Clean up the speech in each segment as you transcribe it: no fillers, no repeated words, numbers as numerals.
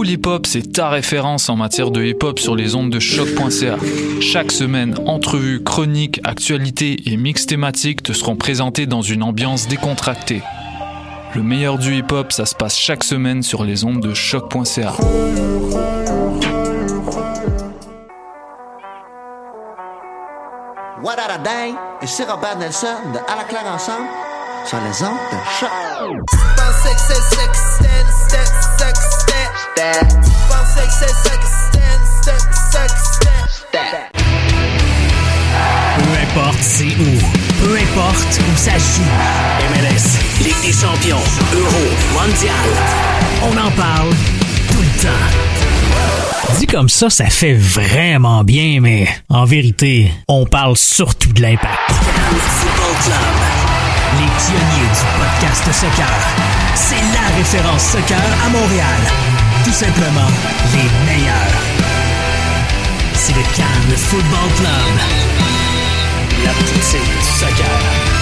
Cool Hip Hop, c'est ta référence en matière de hip hop sur les ondes de choc.ca. Chaque semaine, entrevues, chroniques, actualités et mix thématiques te seront présentés dans une ambiance décontractée. Le meilleur du hip hop, ça se passe chaque semaine sur les ondes de choc.ca. What a dang, ici Robert Nelson de À la claire ensemble sur les ondes de choc. Peu importe c'est où, peu importe où ça joue. MLS, Ligue des champions, Euro, Mondial. On en parle tout le temps. Dit comme ça fait vraiment bien, mais en vérité, on parle surtout de l'Impact. Football Club, les pionniers du podcast soccer. C'est la référence soccer à Montréal. Tout simplement, les meilleurs. C'est le Cannes Football Club. La poutine du soccer.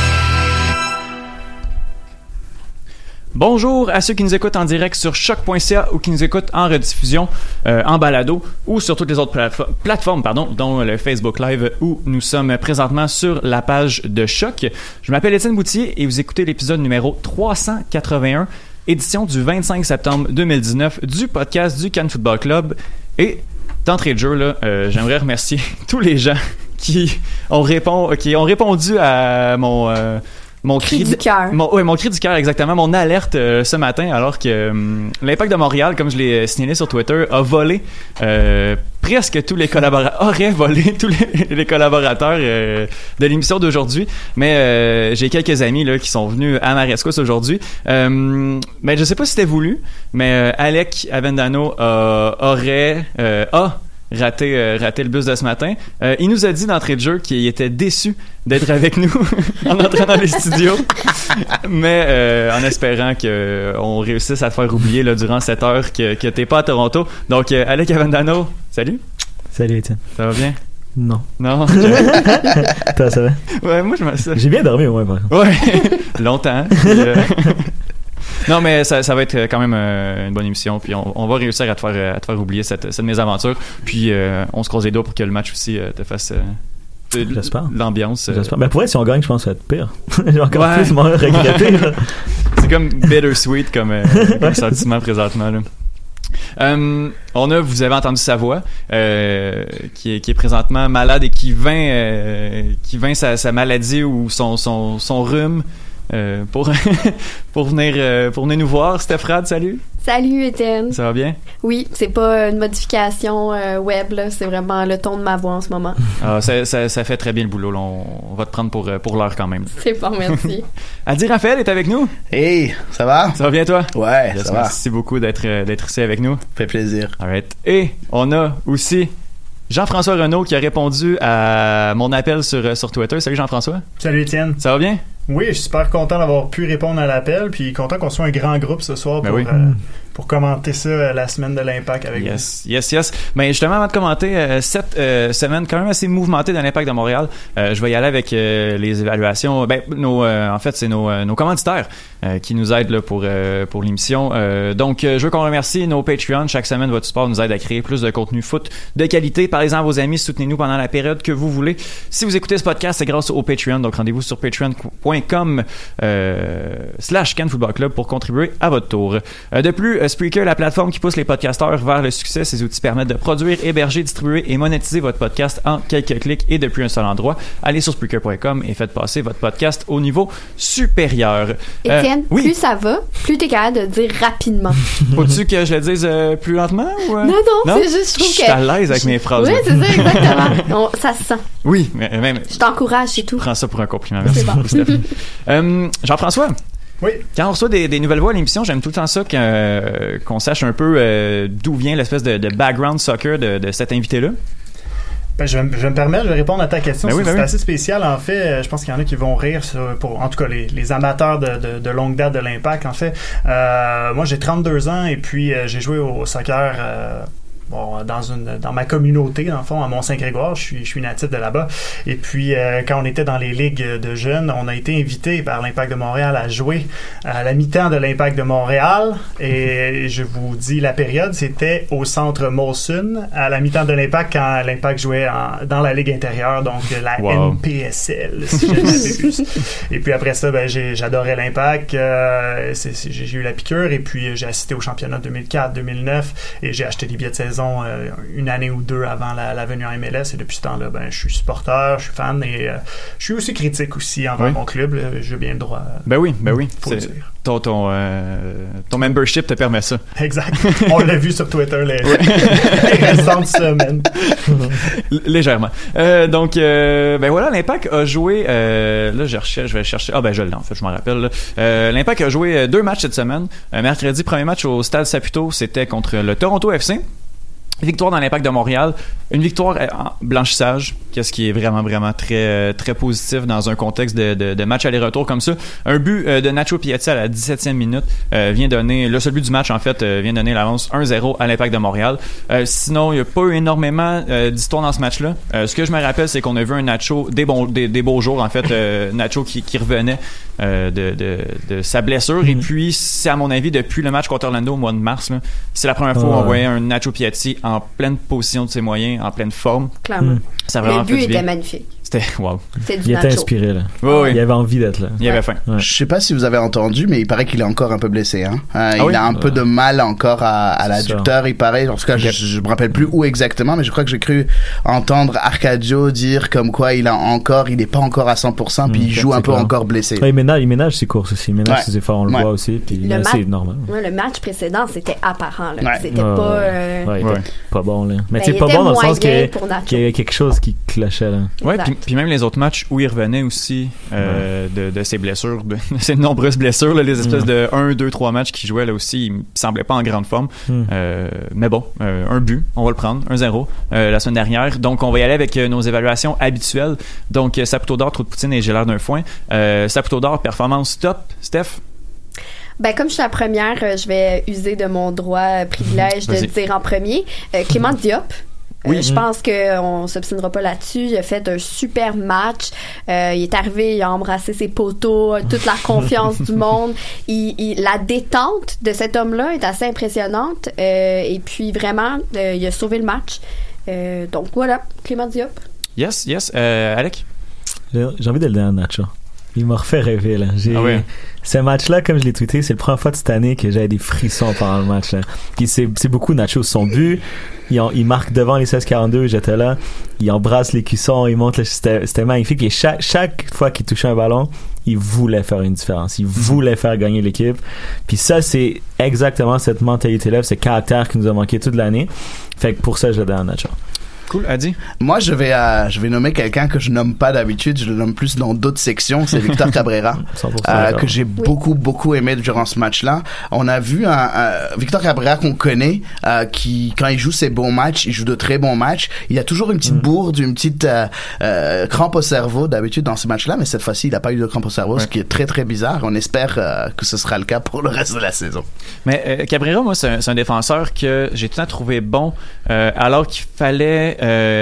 Bonjour à ceux qui nous écoutent en direct sur choc.ca ou qui nous écoutent en rediffusion, en balado ou sur toutes les autres plateformes, dont le Facebook Live où nous sommes présentement sur la page de Choc. Je m'appelle Étienne Boutier et vous écoutez l'épisode numéro 381, édition du 25 septembre 2019 du podcast du Cannes Football Club. Et d'entrée de jeu, là, j'aimerais remercier tous les gens qui ont répondu à mon cri du cœur. Mon cri du cœur, exactement. Mon alerte ce matin, alors que l'Impact de Montréal, comme je l'ai signalé sur Twitter, a volé presque tous les collaborateurs, aurait volé tous les collaborateurs de l'émission d'aujourd'hui. Mais j'ai quelques amis là qui sont venus à ma rescousse aujourd'hui. Mais je sais pas si c'était voulu, mais Alec Avendano a raté le bus de ce matin. Il nous a dit d'entrée de jeu qu'il était déçu d'être avec nous en entrant dans les studios, mais en espérant qu'on réussisse à te faire oublier là, durant cette heure que t'es pas à Toronto. Donc, Alec Avendano, salut! Salut Étienne. Ça va bien? Non. Toi, ça va? Ouais, moi, j'ai bien dormi au moins, par exemple. Ouais, longtemps. Non, mais ça va être quand même une bonne émission, puis on va réussir à te faire oublier cette mésaventure, puis on se croise les doigts pour que le match aussi te fasse j'espère. L'ambiance. J'espère. Ben pour être, si on gagne, je pense que ça va être pire. J'ai encore plus regretté. C'est comme bittersweet comme sentiment présentement, là. Vous avez entendu sa voix, qui est présentement malade et qui vainc sa maladie ou son rhume. Pour venir nous voir. Stéphane, salut. Salut Étienne. Ça va bien? Oui, c'est pas une modification web, là, c'est vraiment le ton de ma voix en ce moment. Ah, ça fait très bien le boulot, là. On va te prendre pour l'heure quand même. C'est bon, merci. Adi Raphaël est avec nous. Hey, ça va? Ça va bien toi? Ouais, ça va. Merci beaucoup d'être ici avec nous. Fait plaisir. Alright. Et on a aussi Jean-François Renaud qui a répondu à mon appel sur Twitter. Salut Jean-François. Salut Étienne. Ça va bien? Oui, je suis super content d'avoir pu répondre à l'appel, puis content qu'on soit un grand groupe ce soir pour commenter ça la semaine de l'Impact avec vous. Yes. Mais justement, avant de commenter cette semaine quand même assez mouvementée de l'Impact de Montréal, je vais y aller avec les évaluations. En fait, c'est nos commanditaires qui nous aident là, pour l'émission. Donc, je veux qu'on remercie nos Patreons. Chaque semaine, votre support nous aide à créer plus de contenu foot de qualité. Parlez-en à vos amis, soutenez-nous pendant la période que vous voulez. Si vous écoutez ce podcast, c'est grâce au Patreon. Donc, rendez-vous sur patreon.com /Cannes Football Club pour contribuer à votre tour. De plus, Spreaker, la plateforme qui pousse les podcasteurs vers le succès. Ces outils permettent de produire, héberger, distribuer et monétiser votre podcast en quelques clics et depuis un seul endroit. Allez sur Spreaker.com et faites passer votre podcast au niveau supérieur. Étienne, oui. Plus ça va, plus t'es capable de dire rapidement. Faut-tu que je le dise plus lentement? Ou Non, c'est juste, je trouve que... Je suis à l'aise avec mes phrases. Oui, c'est ça, exactement. Ça se sent. Oui, mais même... Je t'encourage, c'est tout. Prends ça pour un compliment. Merci bon. beaucoup, Stéphane. Jean-François? Oui. Quand on reçoit des nouvelles voix à l'émission, j'aime tout le temps ça qu'on sache un peu d'où vient l'espèce de background soccer de cet invité-là. Ben, je vais me permettre, je vais répondre à ta question. C'est assez spécial, en fait. Je pense qu'il y en a qui vont rire, en tout cas les amateurs de longue date de l'Impact. En fait, moi j'ai 32 ans et puis j'ai joué au soccer dans ma communauté, dans le fond, à Mont-Saint-Grégoire. Je suis natif de là-bas. Et puis, quand on était dans les ligues de jeunes, on a été invité par l'Impact de Montréal à jouer à la mi-temps de l'Impact de Montréal. Et je vous dis, la période, c'était au centre Molson, à la mi-temps de l'Impact, quand l'Impact jouait dans la ligue intérieure, donc la NPSL, si je n'avais plus. Et puis après ça, j'adorais l'Impact. J'ai eu la piqûre, et puis j'ai assisté au championnat 2004-2009, et j'ai acheté des billets de saison une année ou deux avant la venue en MLS, et depuis ce temps-là, je suis supporter, je suis fan, et je suis aussi critique aussi envers mon club. J'ai bien le droit. Ben oui. Faut le dire. Ton membership te permet ça. Exact. On l'a vu sur Twitter les récentes semaines. Légèrement. Donc, voilà, l'Impact a joué. Là, je vais chercher. Je l'ai en fait, je m'en rappelle. L'Impact a joué 2 matchs cette semaine. Mercredi, premier match au Stade Saputo, c'était contre le Toronto FC. Victoire dans l'Impact de Montréal, une victoire en blanchissage, qu'est-ce qui est vraiment, vraiment très, très positif dans un contexte de match aller-retour comme ça. Un but de Nacho Piatti à la 17e minute vient donner, le seul but du match en fait, vient donner l'avance 1-0 à l'Impact de Montréal. Sinon, il n'y a pas eu énormément d'histoire dans ce match-là. Ce que je me rappelle, c'est qu'on a vu un Nacho, des beaux jours en fait, Nacho qui revenait de sa blessure, et puis c'est à mon avis depuis le match contre Orlando au mois de mars, là, c'est la première fois où on voyait un Nacho Piatti en pleine position de ses moyens, en pleine forme. Clairement. Ça a vraiment le but fait du bien. était magnifique. C'était wow. Il était inspiré là. Oui. Il avait envie d'être là. Il avait faim. Ouais. Je sais pas si vous avez entendu, mais il paraît qu'il est encore un peu blessé. Il a un peu de mal encore à l'adducteur, il paraît. En tout cas, je me rappelle plus où exactement, mais je crois que j'ai cru entendre Arcadio dire comme quoi il est pas encore à 100%, puis il joue un peu encore blessé. Ouais, il ménage ses courses aussi, il ménage ses efforts, on le voit aussi, puis c'est normal. Ouais, le match précédent, c'était apparent. Là. C'était pas... il était pas bon. Là. Mais c'est pas bon dans le sens qu'il y a quelque chose qui clochait. Là. Ouais, puis même les autres matchs où il revenait aussi de ses blessures, de ses nombreuses blessures, là, les espèces de 1, 2, 3 matchs qu'il jouait là aussi, il semblait pas en grande forme. Mais bon, un but, on va le prendre, 1-0 la semaine dernière. Donc on va y aller avec nos évaluations habituelles. Donc Saputo d'or, trou de poutine et j'ai l'air d'un foin. Saputo d'or, performance top. Steph? Comme je suis la première, je vais user de mon droit privilège de dire en premier. Clément Diop. Oui. Je pense qu'on s'obstinera pas là-dessus. Il a fait un super match. Il est arrivé, il a embrassé ses poteaux, toute la confiance du monde. La détente de cet homme-là est assez impressionnante. Et puis vraiment, il a sauvé le match. Donc voilà, Clément Diop. Yes. Alec? J'ai envie de le donner à Nacho. Il m'a refait rêver, là. Ce match-là, comme je l'ai tweeté, c'est la première fois de cette année que j'avais des frissons pendant le match, là. Puis c'est beaucoup Nacho. Son but, il marque devant les 16-42, j'étais là. Il embrasse les cuissons, il monte, là, c'était magnifique. Et chaque fois qu'il touchait un ballon, il voulait faire une différence. Il voulait faire gagner l'équipe. Puis ça, c'est exactement cette mentalité-là, ce caractère qui nous a manqué toute l'année. Fait que pour ça, je le donne à Nacho. Cool, Adi? Moi, je vais nommer quelqu'un que je nomme pas d'habitude, je le nomme plus dans d'autres sections, c'est Victor Cabrera, que j'ai beaucoup aimé durant ce match-là. On a vu Victor Cabrera qu'on connaît, qui, quand il joue ses bons matchs, il joue de très bons matchs. Il a toujours une petite bourde, une petite crampe au cerveau d'habitude dans ce match-là, mais cette fois-ci, il a pas eu de crampe au cerveau, ce qui est très très bizarre. On espère que ce sera le cas pour le reste de la saison. Mais Cabrera, moi, c'est un défenseur que j'ai tout le temps trouvé bon, alors qu'il fallait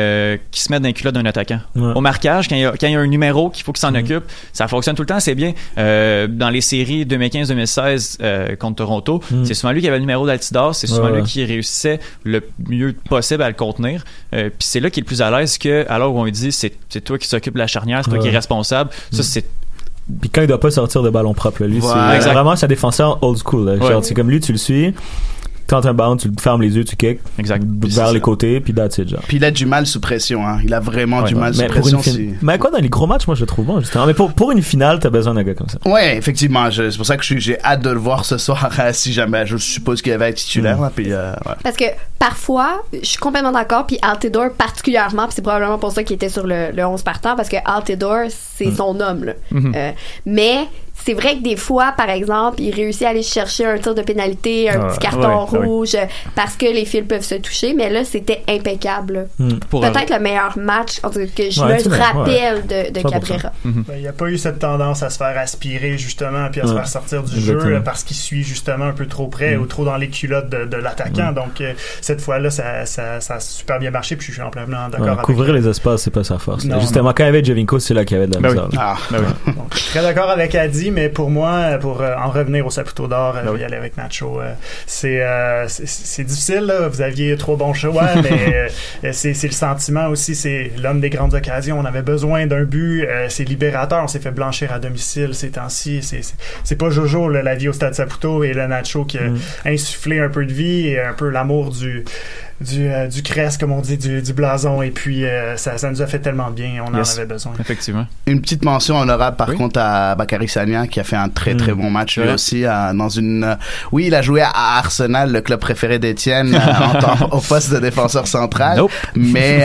qui se met dans les culottes d'un attaquant. Au marquage, quand il y a un numéro qu'il faut qu'il s'en occupe, ça fonctionne tout le temps, c'est bien. Dans les séries 2015-2016 contre Toronto, c'est souvent lui qui avait le numéro d'Altidor, c'est souvent lui qui réussissait le mieux possible à le contenir. Puis c'est là qu'il est le plus à l'aise que, alors où on lui dit c'est toi qui s'occupe de la charnière, c'est toi qui est responsable. Ça, c'est puis quand il doit pas sortir de ballon propre, lui, c'est vraiment un défenseur old school. Là. Genre, c'est comme lui, tu le suis. Quand t'as un ballon, tu fermes les yeux, tu kicks vers les côtés, puis that's it, genre. Puis il a du mal sous pression, hein. Il a vraiment du mal sous pression. Mais quoi, dans les gros matchs, moi, je le trouve bon, justement. Mais pour une finale, t'as besoin d'un gars comme ça. Ouais, effectivement. C'est pour ça que j'ai hâte de le voir ce soir, si jamais. Je suppose qu'il va être titulaire, là, puis Parce que parfois, je suis complètement d'accord, puis Altidore particulièrement, puis c'est probablement pour ça qu'il était sur le 11 partant, parce que Altidore, c'est son homme, là. Mais c'est vrai que des fois, par exemple, il réussit à aller chercher un tir de pénalité, un petit carton rouge, parce que les fils peuvent se toucher, mais là, c'était impeccable. Peut-être le meilleur match, en tout cas, que je me rappelle de Cabrera. Il n'y a pas eu cette tendance à se faire aspirer, justement, puis à se faire sortir du jeu parce qu'il suit, justement, un peu trop près ou trop dans les culottes de l'attaquant. Donc, cette fois-là, ça a super bien marché, puis je suis amplement d'accord avec couvrir les espaces, c'est pas sa force. Justement, quand il y avait Giovinco, c'est là qu'il y avait de la misère. Donc, je suis très d'accord avec Adi, mais pour moi, pour en revenir au Saputo d'or, y aller avec Nacho, c'est difficile, là. Vous aviez 3 bons choix, mais c'est le sentiment aussi, c'est l'homme des grandes occasions. On avait besoin d'un but, c'est libérateur, on s'est fait blanchir à domicile ces temps-ci. C'est pas Jojo, là, la vie au Stade Saputo, et le Nacho qui a insufflé un peu de vie et un peu l'amour du crest, comme on dit, du blason, et puis ça nous a fait tellement bien, on en avait besoin. Effectivement. Une petite mention honorable par contre à Bakary Sagna, qui a fait un très très bon match lui aussi, dans une il a joué à Arsenal, le club préféré d'Étienne, au poste de défenseur central, mais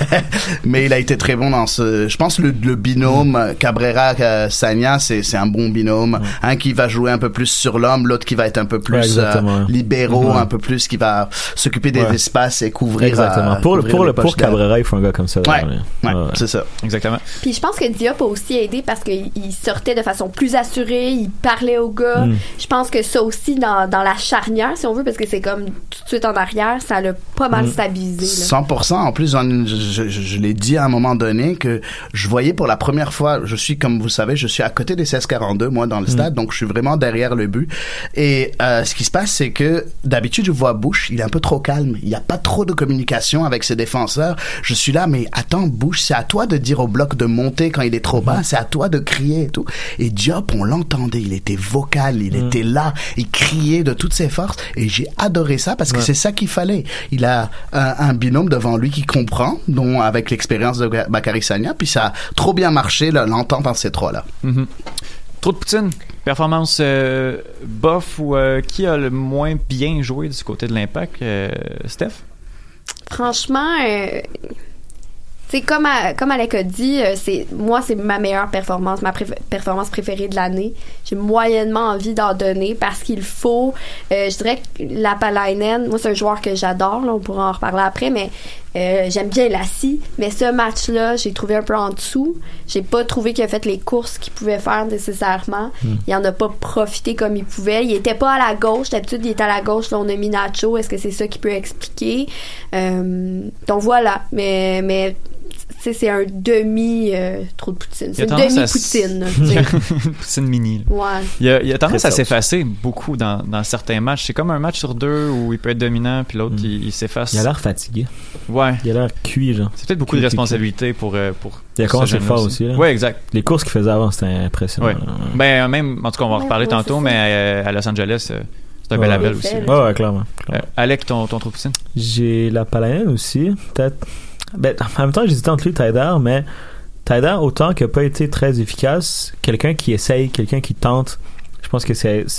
il a été très bon dans je pense le binôme Cabrera Sagna, c'est un bon binôme, un qui va jouer un peu plus sur l'homme, l'autre qui va être un peu plus libéraux, un peu plus qui va s'occuper des espaces et couvrir. Exactement. Pour Cabrera, il faut un gars comme ça. C'est ça. Exactement. Puis je pense que Diop a aussi aidé parce qu'il sortait de façon plus assurée, il parlait aux gars. Je pense que ça aussi dans la charnière, si on veut, parce que c'est comme tout de suite en arrière, ça l'a pas mal stabilisé. 100%. En plus, je l'ai dit à un moment donné que je voyais pour la première fois, comme vous savez, je suis à côté des 16-42, moi, dans le stade, donc je suis vraiment derrière le but. Et ce qui se passe, c'est que d'habitude, je vois Bush, il est un peu trop calme. Il y a pas trop de communication avec ses défenseurs. Je suis là, mais attends, Bush, c'est à toi de dire au bloc de monter quand il est trop bas, c'est à toi de crier et tout. Et Diop, on l'entendait, il était vocal, il était là, il criait de toutes ses forces, et j'ai adoré ça parce que c'est ça qu'il fallait. Il a un binôme devant lui qui comprend, dont avec l'expérience de Bakary Sagna, puis ça a trop bien marché, l'entente entre ces trois-là. Trop de poutine, performance bof ou qui a le moins bien joué du côté de l'Impact, Steph? Franchement, c'est comme Alec a dit, c'est ma meilleure performance, ma performance préférée de l'année. J'ai moyennement envie d'en donner parce qu'il faut, je dirais que Lapalainen, moi c'est un joueur que j'adore, là, on pourra en reparler après, mais j'aime bien Lassie, mais ce match-là, j'ai trouvé un peu en dessous. J'ai pas trouvé qu'il a fait les courses qu'il pouvait faire nécessairement. Il en a pas profité comme il pouvait. Il était pas à la gauche. D'habitude, il est à la gauche. Là, on a mis Nacho. Est-ce que c'est ça qui peut expliquer? Donc voilà. Mais c'est un demi trop de poutine. C'est une demi-poutine. Poutine mini. Ouais. Il a tendance à s'effacer beaucoup dans certains matchs. C'est comme un match sur 2 où il peut être dominant, puis l'autre, il s'efface. Il a l'air fatigué. Ouais. Il a l'air cuit, genre. C'est peut-être beaucoup de responsabilités pour il a commencé fort aussi. Là. Ouais, exact. Les courses qu'il faisait avant, c'était impressionnant. Ouais. Ben, même, en tout cas, on va en reparler tantôt, mais à Los Angeles, c'est un bel label aussi. Ouais, clairement. Alec, ton trop poutine? J'ai la Palainen aussi, peut-être. Ben, en même temps, j'hésitais entre lui et Taider, mais Taider, autant qu'il n'a pas été très efficace, quelqu'un qui essaye, quelqu'un qui tente, je pense que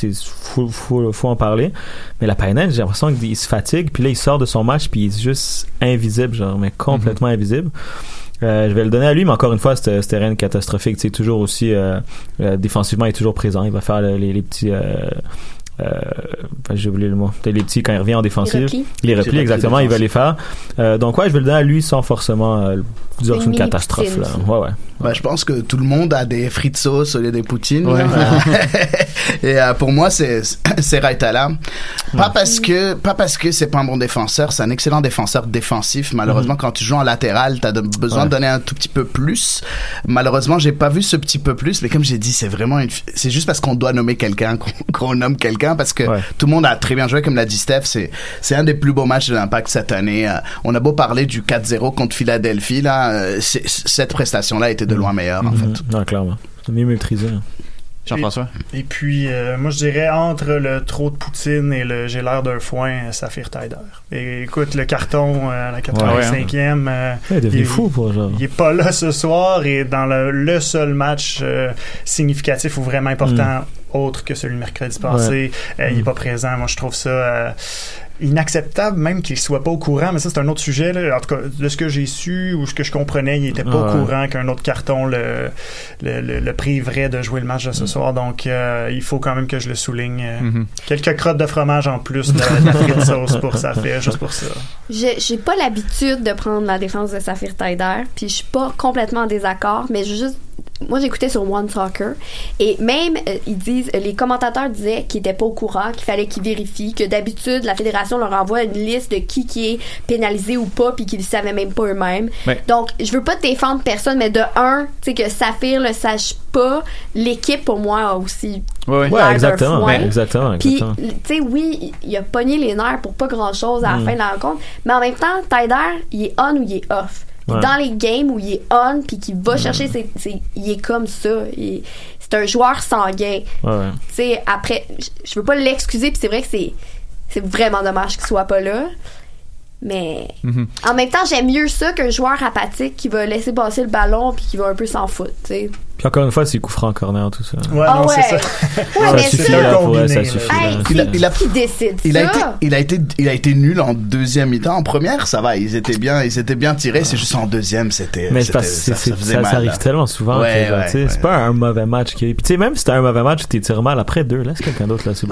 faut en parler. Mais la Palainen, j'ai l'impression qu'il se fatigue, puis là, il sort de son match, puis il est juste invisible, genre, mais complètement invisible. Je vais le donner à lui, mais encore une fois, c'était rien de catastrophique. Tu sais, toujours aussi, défensivement, il est toujours présent. Il va faire les petits... j'ai oublié le mot. Les petits, quand il revient en défensive. Les replis, exactement, il va les faire. Donc ouais, je vais le donner à lui sans forcément dire que c'est une catastrophe. Là. Ouais. Ben, je pense que tout le monde a des frites sauce au lieu des poutines. Ouais. Et pour moi, c'est Raitala. Pas parce que c'est pas un bon défenseur, c'est un excellent défenseur défensif. Malheureusement, quand tu joues en latéral, t'as besoin de donner un tout petit peu plus. Malheureusement, j'ai pas vu ce petit peu plus, mais comme j'ai dit, c'est juste parce qu'on doit nommer quelqu'un qu'on nomme quelqu'un, parce que tout le monde a très bien joué, comme l'a dit Steph. C'est un des plus beaux matchs de l'Impact cette année. On a beau parler du 4-0 contre Philadelphie, là, cette prestation-là était de loin meilleure, en fait. Non, clairement. C'est mieux maîtrisé. Jean-François? Et puis, moi, je dirais, entre le trop de poutine et le j'ai l'air d'un foin, Saphir Taider. Et écoute, le carton à la 85e, il est devenu fou pour genre. Il est pas là ce soir, et dans le seul match significatif ou vraiment important, autre que celui de mercredi passé, il est pas présent. Moi, je trouve ça... inacceptable même qu'il soit pas au courant, mais ça c'est un autre sujet là. En tout cas de ce que j'ai su ou ce que je comprenais, il était pas au courant qu'un autre carton le priverait de jouer le match de ce soir, donc il faut quand même que je le souligne. Quelques crottes de fromage en plus de frite sauce pour Safir, juste pour ça. J'ai pas l'habitude de prendre la défense de Safir Taider, puis je suis pas complètement en désaccord, mais moi j'écoutais sur One Soccer et même les commentateurs disaient qu'ils étaient pas au courant, qu'il fallait qu'ils vérifient, que d'habitude la fédération leur envoie une liste de qui est pénalisé ou pas puis qu'ils le savaient même pas eux-mêmes. Ouais. Donc je veux pas défendre personne, mais de un, tu sais, que Safir le sache pas, l'équipe pour moi a aussi exactement. Puis tu sais, oui, il a pogné les nerfs pour pas grand chose à la fin de la rencontre, mais en même temps Taider il est on ou il est off. Dans les games où il est on puis qu'il va chercher il est comme ça, c'est un joueur sanguin. Tu sais, après je veux pas l'excuser puis c'est vrai que c'est vraiment dommage qu'il soit pas là, mais en même temps j'aime mieux ça qu'un joueur apathique qui va laisser passer le ballon puis qui va un peu s'en foutre, tu sais. Puis encore une fois, c'est coup franc corner, tout ça. C'est ça. Ça suffit ça suffit. Qui décide ça? Il a été nul en deuxième mi-temps. En première, ça va, ils étaient bien tirés. C'est juste en deuxième, c'était. Mais ça arrive tellement souvent. C'est pas un mauvais match. Puis tu sais, même si c'était un mauvais match, t'es tiré mal après 2. Laisse quelqu'un d'autre là, c'est bon.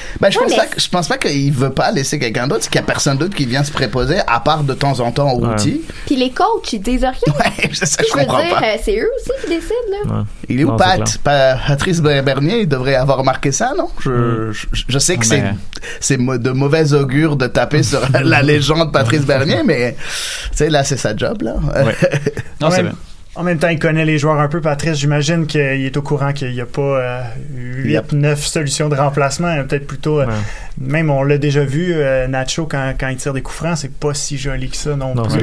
Je pense pas qu'il veut pas laisser quelqu'un d'autre. C'est qu'il y a personne d'autre qui vient se préposer, à part de temps en temps au outil. Puis les coachs, ils disent rien. Je comprends pas. C'est eux aussi qui décident là. Il est où Patrice Bernier? Il devrait avoir marqué ça, non? Je sais que c'est de mauvais augure de taper sur la légende Patrice Bernier, mais tu sais, là, c'est sa job, là. Non, c'est bien. En même temps, il connaît les joueurs un peu, Patrice. J'imagine qu'il est au courant qu'il n'y a pas 8-9 solutions de remplacement. Peut-être plutôt... même, on l'a déjà vu, Nacho, quand il tire des coups francs, c'est pas si joli que ça non plus.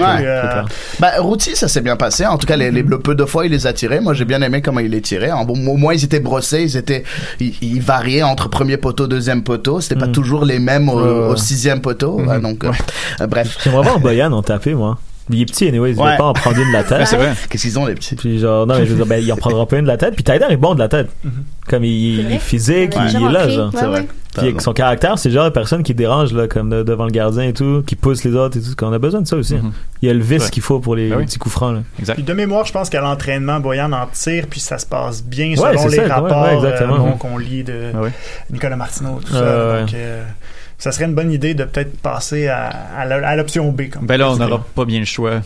Routy, ça s'est bien passé. En tout cas, le peu de fois, il les a tirés. Moi, j'ai bien aimé comment il les tirait. Au moins, ils étaient brossés. Ils variaient entre premier poteau, deuxième poteau. C'était pas toujours les mêmes au sixième poteau. Donc, bref. J'aimerais voir Boyan en taper, moi. Il est petit, anyway, il va pas en prendre une de la tête. C'est vrai. Qu'est-ce qu'ils ont, les petits? Puis genre, non, mais je veux dire, il en prendra pas une de la tête. Puis Taider est bon de la tête. Comme il est physique, il est là, genre. C'est vrai. Puis son caractère, c'est le genre de personne qui dérange, là, comme devant le gardien et tout, qui pousse les autres et tout. On a besoin de ça aussi. Il y a le vice qu'il faut pour les petits coups francs, là. Exact. Puis de mémoire, je pense qu'à l'entraînement, Boyan en tire, puis ça se passe bien selon les rapports qu'on lit de Nicolas Martineau, tout ça. Donc, ça serait une bonne idée de peut-être passer à l'option B. Ben là, on n'aura pas bien le choix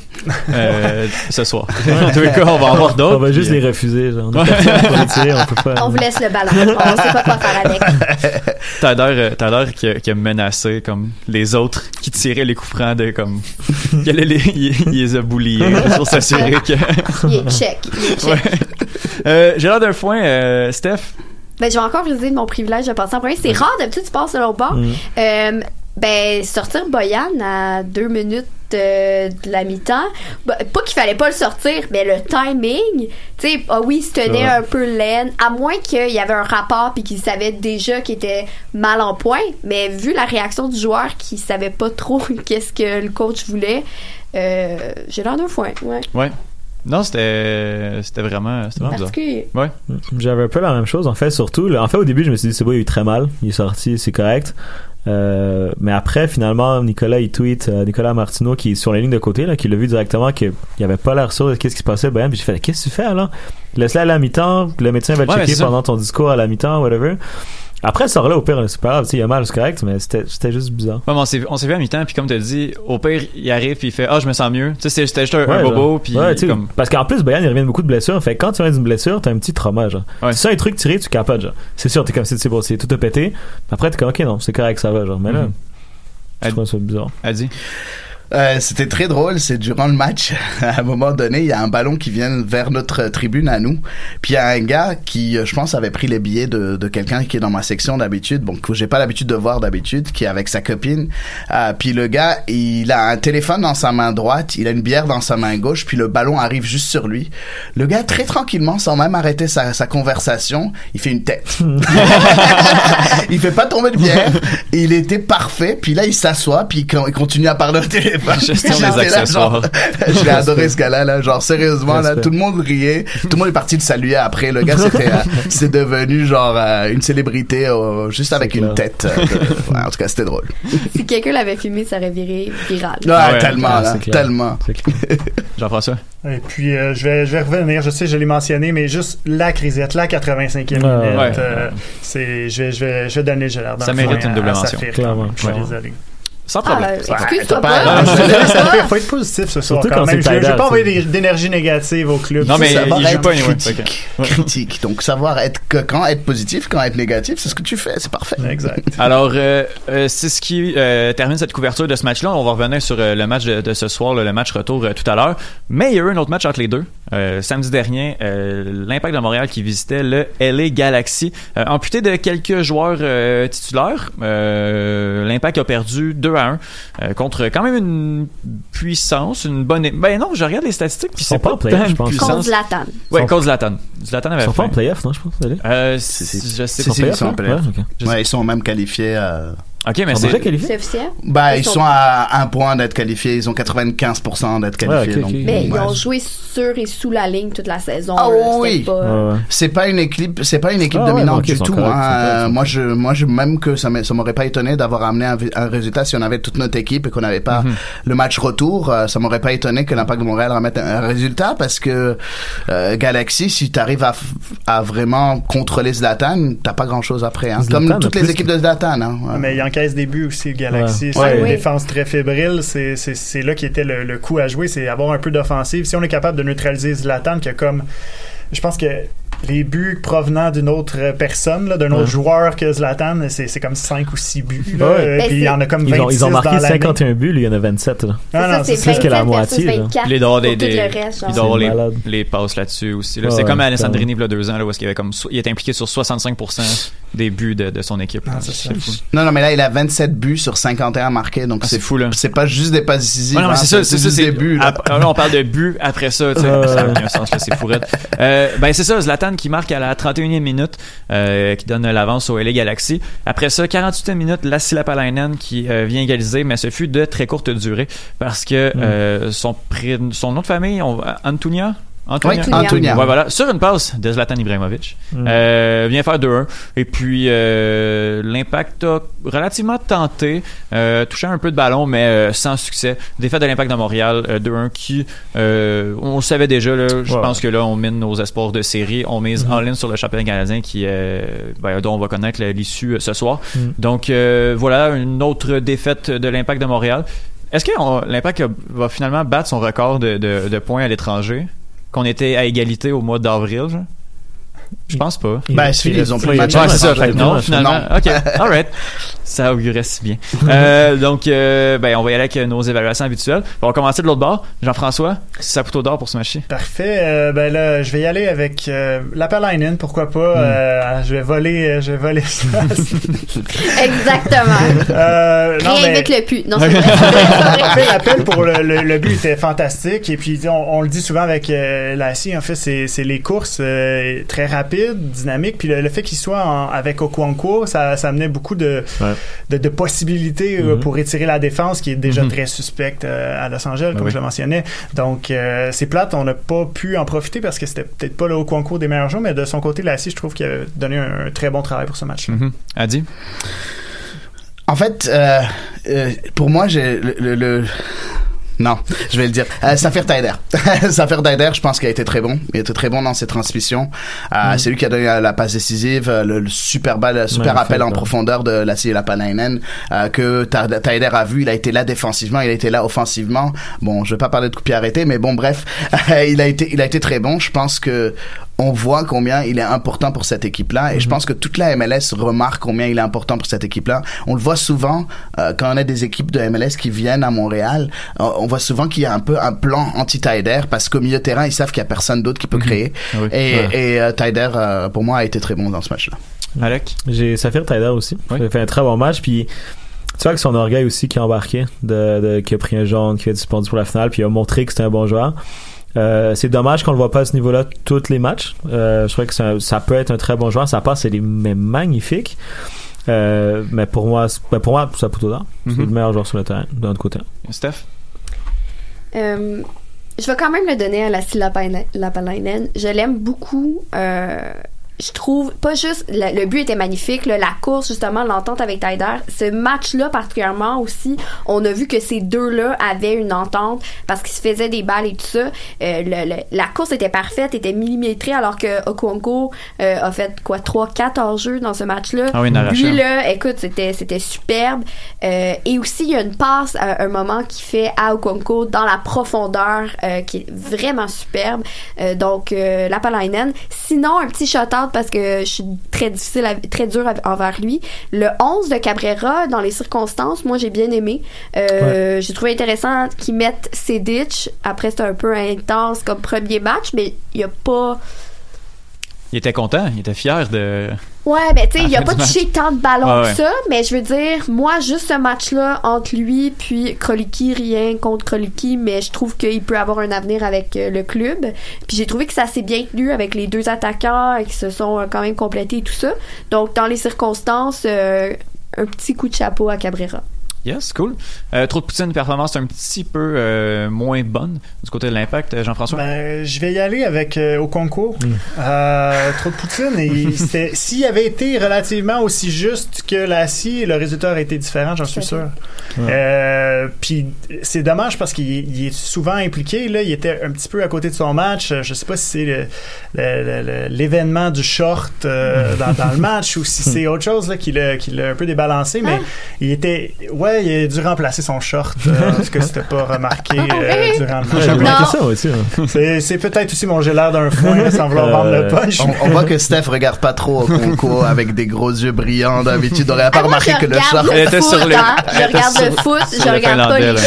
ce soir. En tous les cas, on va en avoir d'autres. On va juste les refuser. Genre. On les tirer, on peut pas. On vous laisse le ballon. On sait pas quoi faire avec. Taider qui a menacé comme les autres qui tiraient les coups francs de comme il les a bouliés pour s'assurer que il est check. J'ai l'air d'un foin, Steph. Ben, je vais encore utiliser mon privilège de passer en premier. C'est rare, d'habitude, tu passes de l'autre bord. Sortir Boyan à 2 minutes de la mi-temps, pas qu'il fallait pas le sortir, mais le timing, tu sais, il se tenait un peu laine, à moins qu'il y avait un rapport puis qu'il savait déjà qu'il était mal en point, mais vu la réaction du joueur qui savait pas trop qu'est-ce que le coach voulait, j'ai l'air d'un foin. Ouais. Non, c'était vraiment bizarre. Ouais. J'avais un peu la même chose, en fait, surtout. Au début, je me suis dit, c'est bon, il a eu très mal. Il est sorti, c'est correct. Mais après, finalement, Nicolas, il tweet Nicolas Martineau, qui est sur la ligne de côté, là, qui l'a vu directement, qu'il avait pas l'air sûr de qu'est-ce qui se passait. Puis j'ai fait, qu'est-ce que tu fais, alors? Laisse-le à la mi-temps, le médecin va le checker pendant ton discours à la mi-temps, whatever. Après, ça là au pire, c'est pas grave, il y a mal, c'est correct, mais c'était juste bizarre. Ouais, mais on s'est vu à mi-temps, puis comme tu as dit, au pire, il arrive, puis il fait je me sens mieux. Tu sais, c'était juste un bobo, puis comme... Parce qu'en plus, Boyan, il revient de beaucoup de blessures, fait que quand tu reviens d'une blessure, t'as un petit trauma, genre. C'est ça, un truc tiré, tu capotes, genre. C'est sûr, t'es comme c'est bon, c'est tout a pété. Après, t'es comme, ok, non, c'est correct, ça va, genre. Mais là, je trouve ça bizarre. Adi? C'était très drôle, c'est durant le match, à un moment donné, il y a un ballon qui vient vers notre tribune à nous, puis il y a un gars qui, je pense, avait pris les billets de quelqu'un qui est dans ma section d'habitude, bon, que j'ai pas l'habitude de voir d'habitude, qui est avec sa copine, puis le gars, il a un téléphone dans sa main droite, il a une bière dans sa main gauche, puis le ballon arrive juste sur lui. Le gars, très tranquillement, sans même arrêter sa conversation, il fait une tête. Il fait pas tomber de bière, il était parfait, puis là, il s'assoit, puis il continue à parler au téléphone. Gestion des accessoires. Je l'ai adoré ce gars-là, là. Genre, sérieusement, là, tout le monde riait. Tout le monde est parti le saluer après. Le gars, c'est devenu, genre, une célébrité, juste avec une tête. Ouais, en tout cas, c'était drôle. Si quelqu'un l'avait filmé, ça aurait viré viral. Ouais, tellement, là. Tellement. Jean-François? Et puis, je vais revenir. Je sais, je l'ai mentionné, mais juste la crisette, la 85e minute. Je vais donner le gel. Ça mérite une double mention. Clairement. Je suis désolé. Sans problème. Excuse-toi pas. Il faut être positif ce soir quand même. Je vais pas envoyer d'énergie négative au club. Non, mais il joue pas critique. Donc, savoir quand être positif, quand être négatif, c'est ce que tu fais. C'est parfait. Exact. Alors, c'est ce qui termine cette couverture de ce match-là. On va revenir sur le match de ce soir, le match retour tout à l'heure. Mais il y a eu un autre match entre les deux. Samedi dernier, l'Impact de Montréal qui visitait le LA Galaxy. Amputé de quelques joueurs titulaires, l'Impact a perdu 2-1 contre quand même une puissance, une bonne... Ben non, je regarde les statistiques puis c'est pas tant une puissance. Contre Zlatan. Ouais, contre Zlatan. Zlatan avait Ils sont pas en playoff, non, je pense. Je sais pas. Ils sont en playoff. Ouais, ils sont même qualifiés à... OK, mais c'est officiel? Ils sont à 1 point d'être qualifiés. Ils ont 95% d'être qualifiés. Ouais, okay. Mais ils ont joué sur et sous la ligne toute la saison. Ah oui. C'est pas une équipe dominante du tout. Moi, je même que ça m'aurait pas étonné d'avoir amené un résultat si on avait toute notre équipe et qu'on n'avait pas le match retour. Ça m'aurait pas étonné que l'Impact de Montréal remette un résultat parce que Galaxy, si t'arrives à vraiment contrôler Zlatan, t'as pas grand chose après. Comme toutes les équipes de Zlatan. Mais il encaisse des buts aussi, le Galaxy. C'est une défense très fébrile. C'est là qui était le coup à jouer, c'est avoir un peu d'offensive. Si on est capable de neutraliser Zlatan, qui a comme... Je pense que les buts provenant d'une autre personne, là, d'un autre joueur que Zlatan, c'est comme 5 ou 6 buts. Là, puis il y en a comme 26 ils ont marqué 51 buts, lui, il y en a 27. Là. C'est plus que la moitié. Il doit avoir les passes là-dessus aussi. Là. C'est comme Alessandrini il y a 2 ans, là, où il est impliqué sur 65% des buts de son équipe. C'est fou. Non, mais là, il a 27 buts sur 51 marqués, donc c'est fou. Là. C'est pas juste des passes décisives. Non, mais c'est ça, c'est des buts. Là, on parle de buts après ça. Ça n'a aucun sens, là, c'est fourette. C'est ça, Zlatan qui marque à la 31e minute, qui donne l'avance au LA Galaxy. Après ça, 48e minute, Lassi Lapalainen qui vient égaliser, mais ce fut de très courte durée parce que son nom de famille, Antunia. Antunia. Ouais, voilà. Sur une passe de Zlatan Ibrahimovic. Vient faire 2-1. Et puis, l'Impact a relativement tenté, touché un peu de ballon, mais sans succès. Défaite de l'Impact de Montréal, 2-1 qui, on le savait déjà, là. Je pense que là, on mine nos espoirs de série. On mise en ligne sur le championnat canadien dont on va connaître l'issue ce soir. Donc, voilà, une autre défaite de l'Impact de Montréal. Est-ce que l'Impact va finalement battre son record de points à l'étranger? Qu'on était à égalité au mois d'avril, genre? Je pense pas. Ils ont pris le match. C'est ça. Non, finalement. OK. All right. Ça augurait si bien. Donc, on va y aller avec nos évaluations habituelles. On va commencer de l'autre bord. Jean-François, Saputo d'or pour ce match-ci. Parfait. Là, je vais y aller avec Lapalainen, pourquoi pas. Je vais voler ça. Exactement. Réinvite le pu. Non, c'est vrai. En fait, l'appel pour le but était fantastique. Et puis, on le dit souvent avec Lassi, en fait, c'est les courses très rapide, dynamique, puis le fait qu'il soit avec Okonkwo, ça amenait beaucoup de possibilités pour étirer la défense qui est déjà très suspecte à Los Angeles, comme je le mentionnais. Donc, c'est plate, on n'a pas pu en profiter parce que c'était peut-être pas le Okonkwo des meilleurs joueurs, mais de son côté, Lassi, je trouve qu'il a donné un très bon travail pour ce match-là. Adi? En fait, pour moi, j'ai Non, je vais le dire. Saphir Taider. Saphir Taider, je pense qu'il a été très bon. Il a été très bon dans ses transmissions. C'est lui qui a donné la passe décisive, le super appel en profondeur de Lassi Lapalainen que Taider a vu. Il a été là défensivement, il a été là offensivement. Bon, je vais pas parler de coup de pied arrêté, mais bon, bref, il a été très bon. Je pense que on voit combien il est important pour cette équipe-là, et je pense que toute la MLS remarque combien il est important pour cette équipe-là. On le voit souvent quand on a des équipes de MLS qui viennent à Montréal. On voit souvent qu'il y a un peu un plan anti-Taider parce qu'au milieu de terrain, ils savent qu'il y a personne d'autre qui peut créer. Et Taider, pour moi, a été très bon dans ce match-là. Alec? J'ai Saphir Taider aussi. Il a fait un très bon match, puis tu vois que son orgueil aussi qui a embarqué, qui a pris un jaune, qui a été suspendu pour la finale, puis il a montré que c'était un bon joueur. C'est dommage qu'on le voit pas à ce niveau-là tous les matchs. Je crois que ça peut être un très bon joueur. Sa passe est magnifique. Mais pour moi, ça peut tout d'or. C'est le meilleur joueur sur le terrain, d'un autre côté. Steph? Je vais quand même le donner à Lassi Lapalainen. Je l'aime beaucoup. Je trouve, pas juste, le but était magnifique, là, la course, justement, l'entente avec Taider. Ce match-là, particulièrement aussi, on a vu que ces deux-là avaient une entente parce qu'ils se faisaient des balles et tout ça. La course était parfaite, était millimétrée, alors que Okonkwo a fait, 3-4 hors-jeu dans ce match-là. Ah oui, lui, là, écoute, c'était superbe. Et aussi, il y a une passe à un moment qui fait à Okonkwo dans la profondeur, qui est vraiment superbe. Donc, Lapalainen. Sinon, un petit shout-out parce que je suis très dur envers lui. Le 11 de Cabrera, dans les circonstances, moi, j'ai bien aimé. J'ai trouvé intéressant qu'ils mettent Sedic. Après, c'était un peu intense comme premier match, mais il n'y a pas... Il était content, il était fier de... Ouais, ben tu sais, il a pas touché tant de ballons que ça, mais je veux dire, moi, juste ce match-là entre lui puis Kroliki, rien contre Kroliki, mais je trouve qu'il peut avoir un avenir avec le club. Puis j'ai trouvé que ça s'est bien tenu avec les deux attaquants qui se sont quand même complétés et tout ça. Donc, dans les circonstances, un petit coup de chapeau à Cabrera. Yes, cool. Trop de poutine, performance un petit peu moins bonne du côté de l'Impact, Jean-François? Ben, je vais y aller avec Okonkwo. Trop de poutine. S'il avait été relativement aussi juste que Lassi, le résultat aurait été différent, j'en suis sûr. Puis c'est dommage parce qu'il est souvent impliqué. Là, il était un petit peu à côté de son match. Je sais pas si c'est l'événement du short dans le match ou si c'est autre chose là, qui l'a un peu débalancé, mais il était... Ouais, il a dû remplacer son short. Est-ce que c'était pas remarqué durant le match? J'ai remarqué ça aussi. C'est peut-être aussi mon j'ai l'air d'un foin sans vouloir vendre le punch. On voit que Steph regarde pas trop Okonkwo avec des gros yeux brillants d'habitude. On n'aurait pas remarqué que le short était sur les... Je regarde le foot, je regarde pas les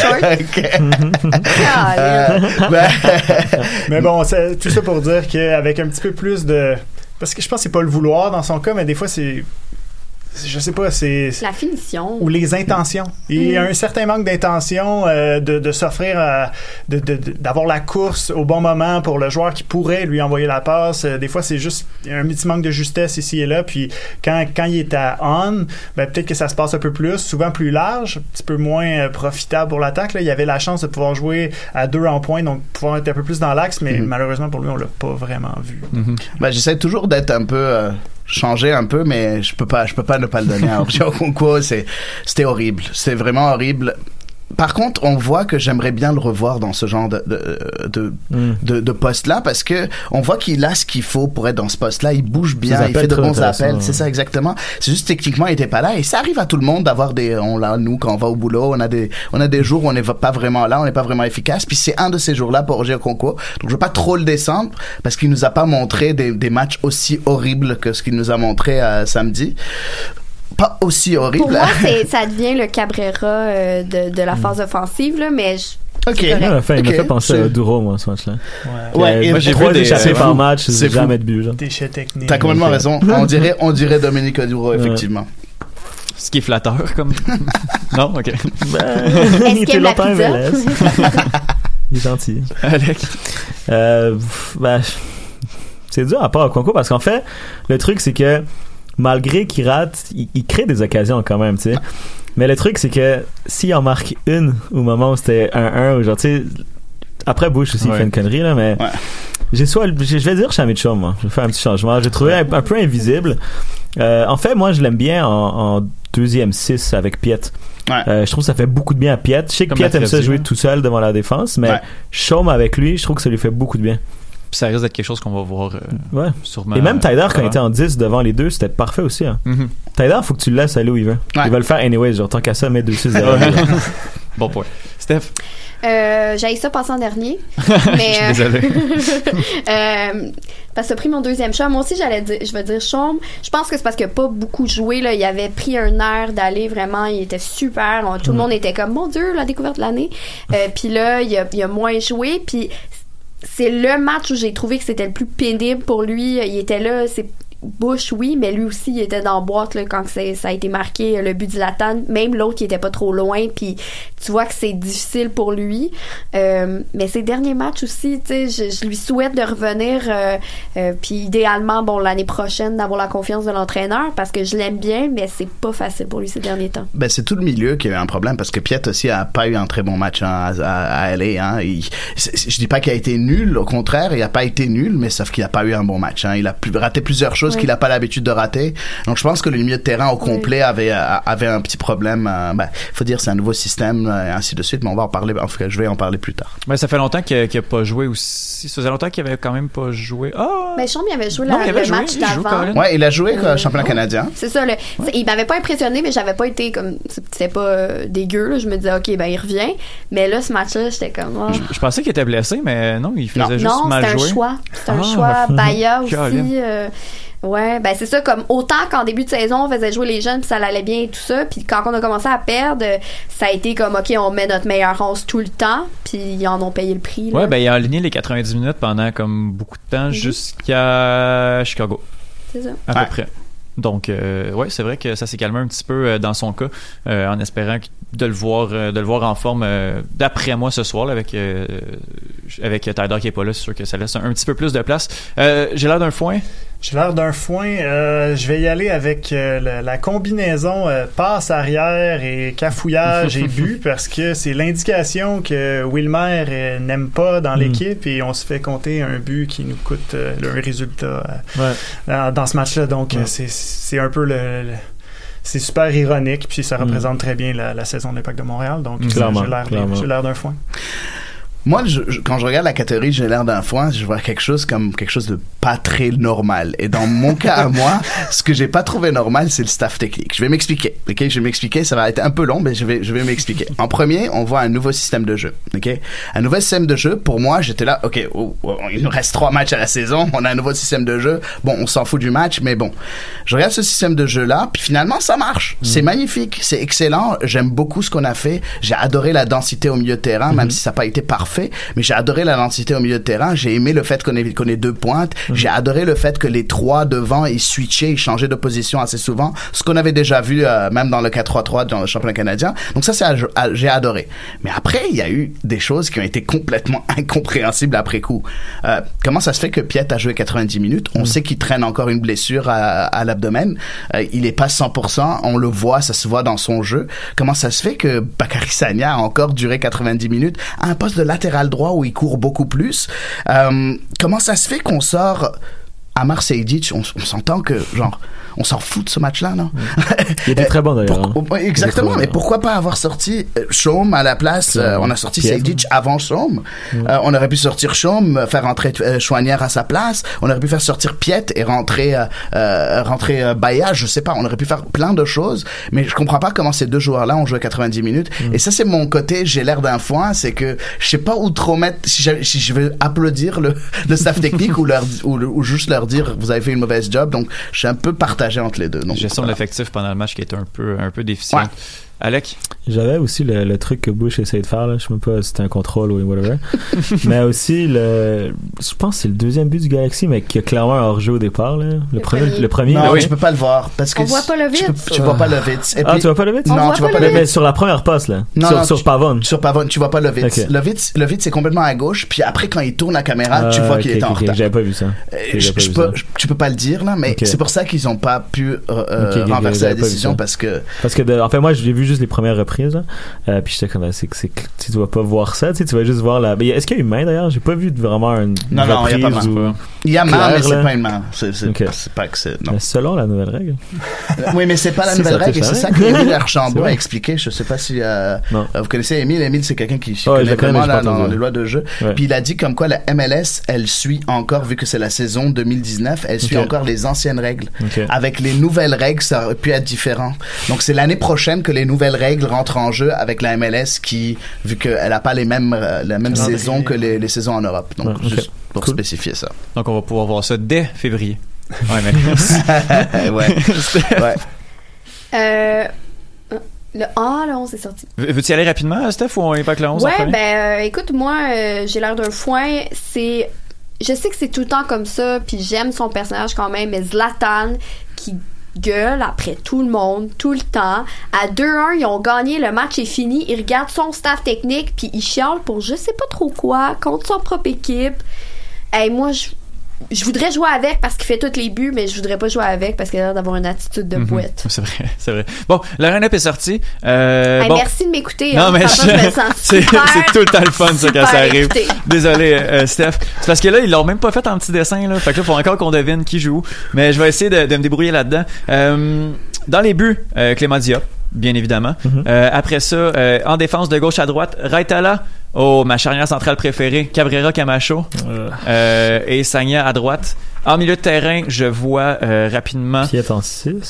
shorts. Mais bon, c'est tout ça pour dire qu'avec un petit peu plus de... Parce que je pense que c'est pas le vouloir dans son cas, mais des fois c'est... Je sais pas, c'est... La finition. Ou les intentions. Il y a un certain manque d'intention de s'offrir d'avoir la course au bon moment pour le joueur qui pourrait lui envoyer la passe. Des fois, c'est juste un petit manque de justesse ici et là. Puis quand il est à on, ben, peut-être que ça se passe un peu plus, souvent plus large, un petit peu moins profitable pour l'attaque. Là. Il y avait la chance de pouvoir jouer à 2 en pointe, donc pouvoir être un peu plus dans l'axe, mais malheureusement pour lui, on l'a pas vraiment vu. Ben, j'essaie toujours d'être un peu... changer un peu, mais je peux pas ne pas le donner à Okonkwo. C'était horrible. C'est vraiment horrible. Par contre, on voit que j'aimerais bien le revoir dans ce genre de poste-là, parce que on voit qu'il a ce qu'il faut pour être dans ce poste-là. Il bouge bien, il fait de bons appels. C'est ça, exactement. C'est juste techniquement, il était pas là. Et ça arrive à tout le monde d'avoir nous, quand on va au boulot, on a des jours où on n'est pas vraiment là, on n'est pas vraiment efficace. Puis c'est un de ces jours-là pour Roger Okonkwo. Donc je veux pas trop le descendre, parce qu'il nous a pas montré des matchs aussi horribles que ce qu'il nous a montré samedi. Pas aussi horrible. Pour moi, ça devient le Cabrera de la phase offensive, là, mais OK. Il m'a fait penser à Duro, moi, ce match-là. Ouais. Moi, j'ai vu des échappées par match, c'est jamais de but, genre. Déchets techniques. T'as complètement raison. On dirait Dominique Duro, effectivement. Ce qui est flatteur, comme... Non? OK. Est-ce qu'il aime la pizza? Il est gentil. Alec? C'est dur à part à Okonkwo, parce qu'en fait, le truc, c'est que malgré qu'il rate, il crée des occasions quand même, tu sais. Mais le truc, c'est que s'il en marque une au moment où c'était 1-1, ou genre, tu sais, après Bush aussi, il fait une connerie, là, mais je vais dire Chamitchum, moi. Je vais faire un petit changement. J'ai trouvé un peu invisible. En fait, moi, je l'aime bien en deuxième 6 avec Piet. Je trouve que ça fait beaucoup de bien à Piet. Je sais que Piet aime ça jouer tout seul devant la défense, mais Chaume avec lui, je trouve que ça lui fait beaucoup de bien. Ça risque d'être quelque chose qu'on va voir sûrement. Et même Taider, quand il était en 10 devant les deux, c'était parfait aussi. Hein. Taider, faut que tu le laisses aller où il veut. Il va le faire anyway, genre tant qu'à ça, mettre 2-6 derrière. Bon point. Steph? J'avais ça passé en dernier. Mais, je suis désolé. parce que pris mon deuxième choix. Moi aussi, je vais dire Chaume. Je pense que c'est parce qu'il n'a pas beaucoup joué, là. Il avait pris un air d'aller vraiment, il était super. Tout le monde était comme, mon Dieu, la découverte de l'année. Puis là, il a moins joué. Puis c'est le match où j'ai trouvé que c'était le plus pénible pour lui. Il était là, Bush, oui, mais lui aussi, il était dans la boîte là, quand ça a été marqué le but du Zlatan. Même l'autre, il était pas trop loin, puis tu vois que c'est difficile pour lui. Mais ses derniers matchs aussi, tu sais, je lui souhaite de revenir, puis idéalement, bon, l'année prochaine, d'avoir la confiance de l'entraîneur, parce que je l'aime bien, mais c'est pas facile pour lui ces derniers temps. Ben, c'est tout le milieu qui a eu un problème, parce que Piet aussi a pas eu un très bon match à LA. Hein. Je dis pas qu'il a été nul, au contraire, il a pas été nul, mais sauf qu'il a pas eu un bon match. Hein. Il a raté plusieurs choses qu'il a pas l'habitude de rater. Donc je pense que le milieu de terrain au complet avait un petit problème. Faut dire c'est un nouveau système et ainsi de suite, mais on va en parler. En tout cas, je vais en parler plus tard. Mais ça fait longtemps qu'il a pas joué aussi. Ça faisait longtemps qu'il avait quand même pas joué. Mais Chaume, il avait joué le match d'avant. Ouais, il a joué championnat canadien. C'est ça. Il m'avait pas impressionné, mais j'avais pas été comme c'était pas dégueu. Là. Je me disais ok, ben il revient. Mais là, ce match-là, j'étais comme. Oh. Je pensais qu'il était blessé, mais non, il faisait juste mal jouer. C'était un choix. Baya aussi. Ouais, ben c'est ça, comme autant qu'en début de saison on faisait jouer les jeunes puis ça allait bien et tout ça, puis quand on a commencé à perdre, ça a été comme ok, on met notre meilleure 11 tout le temps, puis ils en ont payé le prix. Là. Ouais, ben il a aligné les 90 minutes pendant comme beaucoup de temps jusqu'à Chicago. C'est ça. À peu près. Donc, ouais, c'est vrai que ça s'est calmé un petit peu dans son cas, en espérant de le voir en forme. D'après moi, ce soir, là, avec Tyler qui est pas là, c'est sûr que ça laisse un petit peu plus de place. J'ai l'air d'un foin. J'ai l'air d'un foin. Je vais y aller avec la combinaison passe arrière et cafouillage et but parce que c'est l'indication que Wilmer n'aime pas dans l'équipe et on se fait compter un but qui nous coûte un résultat dans ce match-là. Donc, c'est un peu c'est super ironique puis ça représente très bien la saison de l'Impact de Montréal. Donc, j'ai l'air d'un foin. Moi, quand je regarde la catégorie j'ai l'air d'un foin, je vois quelque chose de pas très normal. Et dans mon cas à moi, ce que j'ai pas trouvé normal, c'est le staff technique. Je vais m'expliquer. Ok, je vais m'expliquer. Ça va être un peu long, mais je vais m'expliquer. En premier, on voit un nouveau système de jeu. Ok, un nouveau système de jeu. Pour moi, j'étais là. Ok, il nous reste 3 matchs à la saison. On a un nouveau système de jeu. Bon, on s'en fout du match, mais bon, je regarde ce système de jeu là, puis finalement, ça marche. C'est magnifique, c'est excellent. J'aime beaucoup ce qu'on a fait. J'ai adoré la densité au milieu de terrain, même si ça n'a pas été parfait. Mais j'ai adoré la densité au milieu de terrain. J'ai aimé le fait qu'on ait 2 pointes. J'ai adoré le fait que les 3 devant ils switchaient, ils changeaient de position assez souvent. Ce qu'on avait déjà vu même dans le 4-3-3 dans le championnat canadien. Donc ça, j'ai adoré. Mais après, il y a eu des choses qui ont été complètement incompréhensibles après coup. Comment ça se fait que Piet a joué 90 minutes? On sait qu'il traîne encore une blessure à l'abdomen. Il est pas 100%. On le voit, ça se voit dans son jeu. Comment ça se fait que Bakary Sagna a encore duré 90 minutes à un poste de latéral droit où il court beaucoup plus? Comment ça se fait qu'on sort Amar Sejdić? On s'entend que genre on s'en fout de ce match-là, non? Il était très bon d'ailleurs. Exactement, mais pourquoi pas avoir sorti Chaume à la place? On a sorti Sejdić avant Chaume. On aurait pu sortir Chaume, faire rentrer Choinière à sa place. On aurait pu faire sortir Piet et rentrer Baya. Je sais pas. On aurait pu faire plein de choses, mais je comprends pas comment ces 2 joueurs-là ont joué 90 minutes. Et ça, c'est mon côté. J'ai l'air d'un foin, c'est que je sais pas où trop mettre. Si je veux applaudir le staff technique ou juste leur dire vous avez fait une mauvaise job. Donc, je suis un peu partagé entre les deux. Donc, gestion de l'effectif pendant le match qui était un peu déficiente. Ouais. Alec? J'avais aussi le truc que Bush essayait de faire, là. Je sais même pas si c'était un contrôle ou whatever. Mais aussi, je pense que c'est le 2e but du Galaxy, mais qui a clairement un hors-jeu au départ, là. Le premier. Non, tu peux pas le voir. Parce que on voit pas le vite. Tu vois pas le vite. Tu vois pas le vite? Non, tu vois pas le vite. Mais sur la première passe, là. Sur Pavone. Sur Pavone, tu vois pas le vite. Okay. Le vite, c'est complètement à gauche, puis après, quand il tourne la caméra, tu vois qu'il est en retard. J'avais pas vu ça. Tu peux pas le dire, là, mais c'est pour ça qu'ils ont pas pu renverser la décision parce que, en fait, moi, j'ai vu juste les premières reprises. Puis j'étais comme tu dois pas voir ça, tu vas juste voir la. Mais est-ce qu'il y a une main d'ailleurs? J'ai pas vu vraiment une non, il y a pas main. Il y a main, mais c'est pas une main. C'est pas que c'est. Mais selon la nouvelle règle. Oui, mais c'est pas la nouvelle règle et c'est ça qu'Émile Archambault a expliqué. Je sais pas si vous connaissez Émile. Émile, c'est quelqu'un qui connaît vraiment dans les lois de jeu. Puis il a dit comme quoi la MLS, elle suit encore, vu que c'est la saison 2019, elle suit encore les anciennes règles. Avec les nouvelles règles, ça aurait pu être différent. Donc c'est l'année prochaine que les nouvelles règles rentrent en jeu avec la MLS qui, vu qu'elle n'a pas la même saison que les saisons en Europe. Donc, juste pour spécifier ça. Donc, on va pouvoir voir ça dès février. Ouais, mais... ouais. Le 11 est sorti. Veux-tu y aller rapidement, Steph, ou on est pas que le 11 Ouais, écoute, moi, j'ai l'air d'un foin. C'est je sais que c'est tout le temps comme ça, puis j'aime son personnage quand même, mais Zlatan qui gueule après tout le monde, tout le temps. À 2-1, ils ont gagné, le match est fini, il regarde son staff technique, puis il chiale pour je sais pas trop quoi, contre son propre équipe. Hey, moi, je voudrais jouer avec parce qu'il fait tous les buts, mais je voudrais pas jouer avec parce qu'il a l'air d'avoir une attitude de bouette. C'est vrai. Bon, le line-up est sorti. Hey, bon. Merci de m'écouter. Non, mais je me sens c'est tout le temps le fun, ça, quand ça arrive. Écouté. Désolé, Steph. C'est parce que là, ils l'ont même pas fait en petit dessin, là. Fait que là, faut encore qu'on devine qui joue. Mais je vais essayer de me débrouiller là-dedans. Dans les buts, Clément Diop, bien évidemment. Après ça, en défense de gauche à droite, Raitala. Oh, ma charnière centrale préférée, Cabrera Camacho et Sagna à droite. En milieu de terrain, je vois rapidement Piet en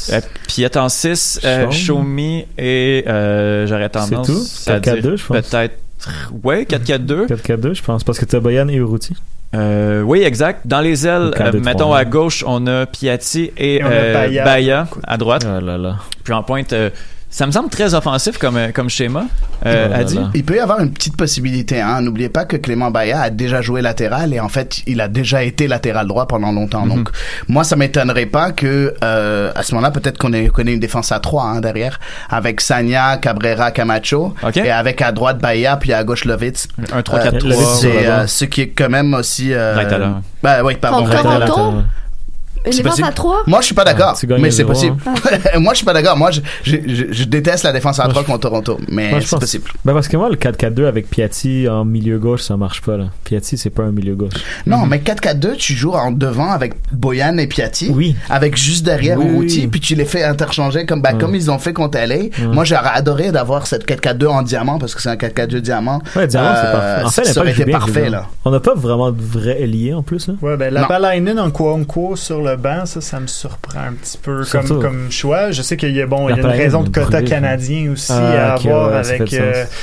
6. Choumi et j'aurais tendance c'est tout? 4-4-2, je pense. Peut-être, ouais, 4-4-2. 4-4-2, je pense, parce que tu as Boyan et Uruti. Oui, exact. Dans les ailes, mettons à gauche, on a Piatti et Baya à droite. Oh là là. Puis en pointe... ça me semble très offensif comme schéma, Adi. Il peut y avoir une petite possibilité. Hein. N'oubliez pas que Clément Baya a déjà joué latéral et en fait, il a déjà été latéral droit pendant longtemps. Donc, moi, ça m'étonnerait pas que à ce moment-là, peut-être qu'on ait une défense à 3 derrière, avec Sagna, Cabrera, Camacho, et avec à droite Baya, puis à gauche Lovitz. Un 3-4-3. C'est ce qui est quand même aussi... oui, pardon. Toronto. Une défense à 3? Moi, je suis pas d'accord, mais c'est 0, possible. Moi, je suis pas d'accord. Moi, je déteste la défense à 3 contre Toronto, mais c'est possible. Parce que moi, le 4-4-2 avec Piatti en milieu gauche, ça marche pas, là. Piatti, c'est pas un milieu gauche. Non, mais 4-4-2, tu joues en devant avec Boyan et Piatti. Oui. Avec juste derrière Uruti, puis tu les fais interchanger comme ils ont fait contre LA. Moi, j'aurais adoré d'avoir cette 4-4-2 en diamant, parce que c'est un 4-4-2 diamant. Ouais, diamant, c'est parfait. En fait, ça aurait été parfait, là. On n'a pas vraiment de vrai ailier, en plus, là. Ouais, la Balainen en Nkounkou sur le banc, ça me surprend un petit peu comme choix. Je sais qu'il y a une raison de quota canadien aussi à avoir avec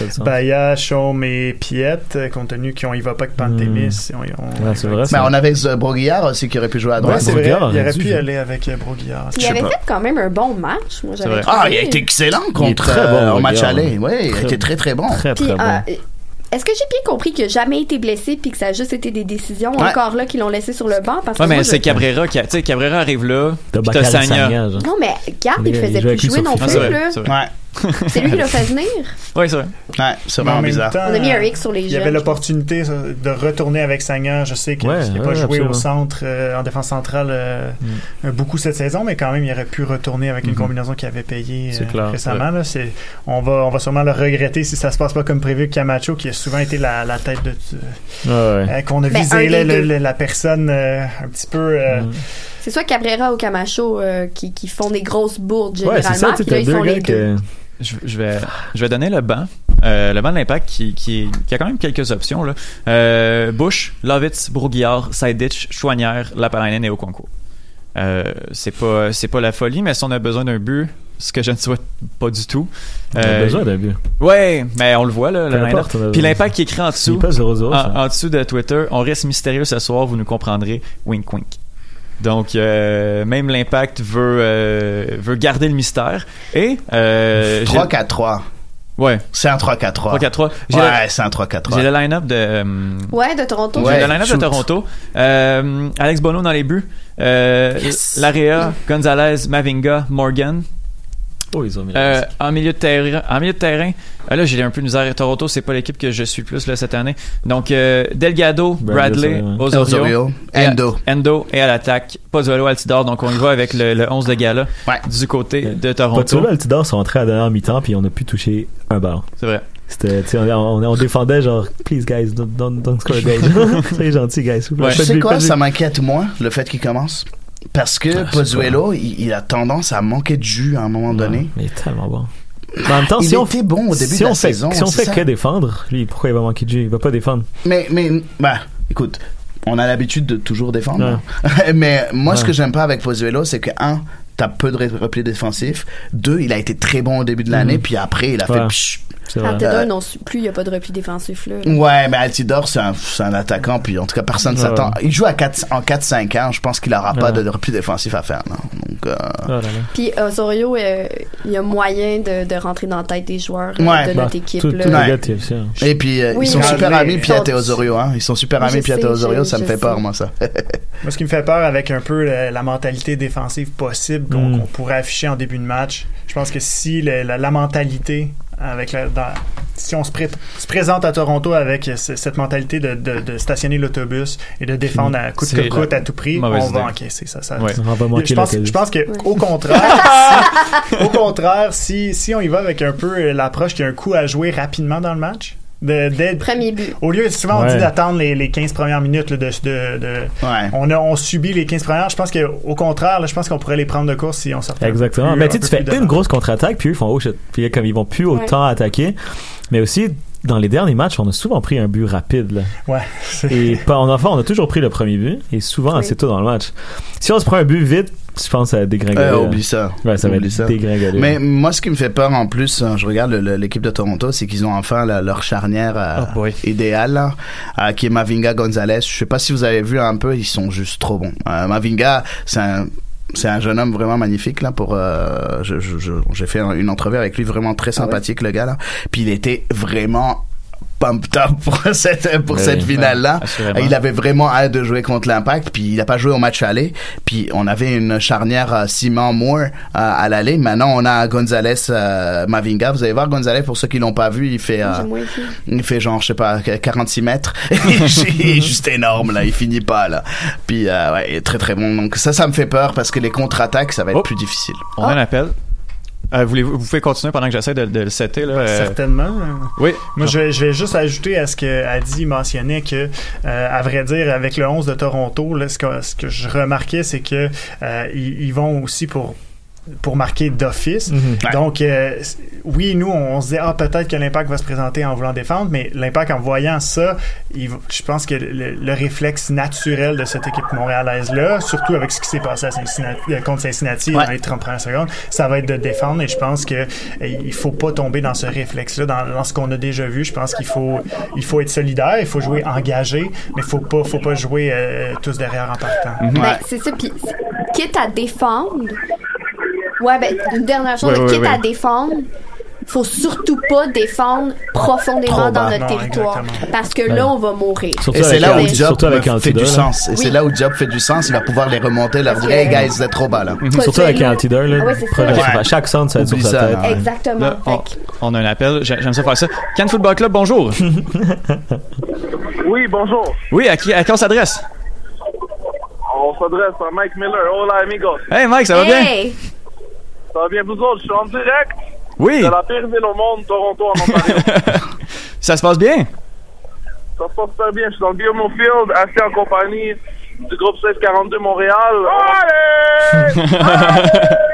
Baya, Chaume et Piet, compte tenu qu'on y va pas que Pantémis. C'est vrai. Mais on avait Broguillard aussi qui aurait pu jouer à droite. Ouais, c'est vrai. Il aurait pu aller avec Broguillard. Il avait fait quand même un bon match. Moi, j'avais il a été excellent contre au match aller. Oui, il a été très très bon. Très très bon. Est-ce que j'ai bien compris qu'il n'a jamais été blessé puis que ça a juste été des décisions encore là qu'ils l'ont laissé sur le banc? Parce que mais c'est Cabrera qui Cabrera arrive là, puis t'as Sagna. Non, mais Gap, il faisait plus jouer non plus, là. Ouais. C'est lui qui l'a fait venir. Oui, c'est vrai. Ouais, c'est vraiment bizarre. On a mis un X sur les jeunes. Il y avait l'opportunité de retourner avec Sagna. Je sais qu'il n'a pas joué au centre, en défense centrale beaucoup cette saison, mais quand même, il aurait pu retourner avec une combinaison qu'il avait payée récemment. Là, on va sûrement le regretter si ça se passe pas comme prévu. Camacho, qui a souvent été la tête de... qu'on a visé la personne un petit peu... C'est soit Cabrera ou Camacho qui font des grosses bourdes généralement. Ouais, c'est ça, puis là, ils font les deux. Je vais donner le banc de l'Impact qui a quand même quelques options là. Bush, Lovitz, Broguillard, Saïdic, Chouanière, Lapalainen et Okonkwo. C'est pas la folie, mais si on a besoin d'un but, ce que je ne souhaite pas du tout. On a besoin d'un but. Ouais, mais on le voit là. Puis l'Impact qui écrit en dessous, en dessous de Twitter, on reste mystérieux ce soir, vous nous comprendrez. Wink wink. Donc, même l'Impact veut garder le mystère. Et 3-4-3. Ouais. C'est un 3-4-3. 3-4-3. C'est un 3-4-3. J'ai le line-up de... de Toronto. J'ai le line-up de Toronto. Alex Bono dans les buts. Larea, Gonzalez, Mavinga, Morgan. Oh, ils ont mis en milieu de terrain, là j'ai un peu de misère. Toronto, c'est pas l'équipe que je suis plus là cette année. Donc Delgado, Bradley, Osorio, Endo et à l'attaque Pozuelo, Altidore. Donc on y va avec le 11 de gala du côté de Toronto. Pozuelo, Altidore sont entrés à la dernière mi-temps puis on a pu toucher un ballon. C'est vrai. C'était, on défendait genre please guys don't score a goal. Soyez gentils guys. Tu sais quoi, ça m'inquiète moins le fait qu'il commence. Parce que Pozuelo, il a tendance à manquer de jus à un moment donné. Mais il est tellement bon. En même temps, il était bon au début de la saison. Si on fait que défendre, lui, pourquoi il va manquer de jus? Il va pas défendre. Mais écoute, on a l'habitude de toujours défendre. Mais moi, ce que j'aime pas avec Pozuelo, c'est que t'as peu de replis défensifs. 2, il a été très bon au début de l'année, puis après, il a fait psh. Altidore non plus, il n'y a pas de repli défensif là. Ouais, mais Altidore, c'est un attaquant, puis en tout cas, personne ne s'attend. Il joue en 4-5 ans, je pense qu'il n'aura pas de repli défensif à faire. Non. Donc, Puis Osorio, il y a moyen de rentrer dans la tête des joueurs de notre équipe. Tout négatif, ça. Et puis ils sont super amis, Piat et Osorio. Hein. Ils sont super amis, Piat et Osorio. Ça me fait peur, moi, ça. Moi, ce qui me fait peur avec un peu la mentalité défensive possible qu'on pourrait afficher en début de match, je pense que si la mentalité avec si on se présente à Toronto avec cette mentalité de stationner l'autobus et de défendre à coûte que coûte à tout prix, on va encaisser ça. Je pense que au contraire, si on y va avec un peu l'approche qu'il y a un coup à jouer rapidement dans le match, premier but. Au lieu, souvent on dit d'attendre les 15 premières minutes on subit les 15 premières. Je pense qu'au contraire, je pense qu'on pourrait les prendre de course si on sortait. Exactement. Mais tu fais une grosse contre-attaque, puis eux ils font puis comme ils vont plus autant attaquer. Mais aussi, dans les derniers matchs, on a souvent pris un but rapide. Là. Ouais. Et on a toujours pris le premier but, et souvent assez tôt dans le match. Si on se prend un but vite, je pense que ça va dégringoler. Oublie ça. Ouais, ça va dégringoler. Mais moi, ce qui me fait peur en plus, je regarde l'équipe de Toronto, c'est qu'ils ont enfin leur charnière idéale, qui est Mavinga Gonzalez. Je sais pas si vous avez vu un peu, ils sont juste trop bons. Mavinga, c'est un jeune homme vraiment magnifique là j'ai fait une entrevue avec lui, vraiment très sympathique le gars là. Puis il était vraiment pumped up pour cette finale-là. Il avait vraiment hâte de jouer contre l'Impact, puis il n'a pas joué au match aller. Puis on avait une charnière Simon Moore à l'aller. Maintenant, on a Gonzalez Mavinga. Vous allez voir Gonzalez, pour ceux qui l'ont pas vu, il fait genre, je sais pas, 46 mètres. Il est juste énorme, là. Il finit pas, là. Puis, il est très, très bon. Donc ça me fait peur parce que les contre-attaques, ça va être plus difficile. On a un appel. Vous pouvez continuer pendant que j'essaie de le setter là. Certainement. Oui. Moi, je vais juste ajouter à ce que Adi mentionnait que, à vrai dire, avec le 11 de Toronto, là, ce que je remarquais, c'est que ils vont aussi pour marquer d'office. Donc, oui, nous, on se disait, peut-être que l'Impact va se présenter en voulant défendre, mais l'Impact, en voyant ça, je pense que le réflexe naturel de cette équipe montréalaise-là, surtout avec ce qui s'est passé contre Cincinnati dans les 30 premières secondes, ça va être de défendre, et je pense que il faut pas tomber dans ce réflexe-là, dans ce qu'on a déjà vu. Je pense qu'il faut être solidaire, il faut jouer engagé, mais faut pas jouer tous derrière en partant. Ben, c'est ça, puis quitte à défendre, une dernière chose, quitte à défendre, faut surtout pas défendre profondément dans notre territoire, parce que là on va mourir. Et c'est là où Diop fait du sens. Et c'est là où Diop fait du sens. Il va pouvoir les remonter, leur dire hey guys, vous êtes trop bas là. Surtout avec Altidore là. Chaque centre ça va être sur sa tête. Exactement. Là, on a un appel. J'aime ça faire ça. Cannes Football Club, bonjour. Oui, bonjour. Oui, à qui on s'adresse? On s'adresse à Mike Miller. Hola amigos. Hey Mike, ça va bien? Ça va bien, vous autres? Je suis en direct. Oui. De la pire ville au monde, Toronto, en Ontario. Ça se passe bien? Ça se passe très bien. Je suis dans le BMO Field, assis en compagnie du groupe 1642 Montréal. Allez! Allez!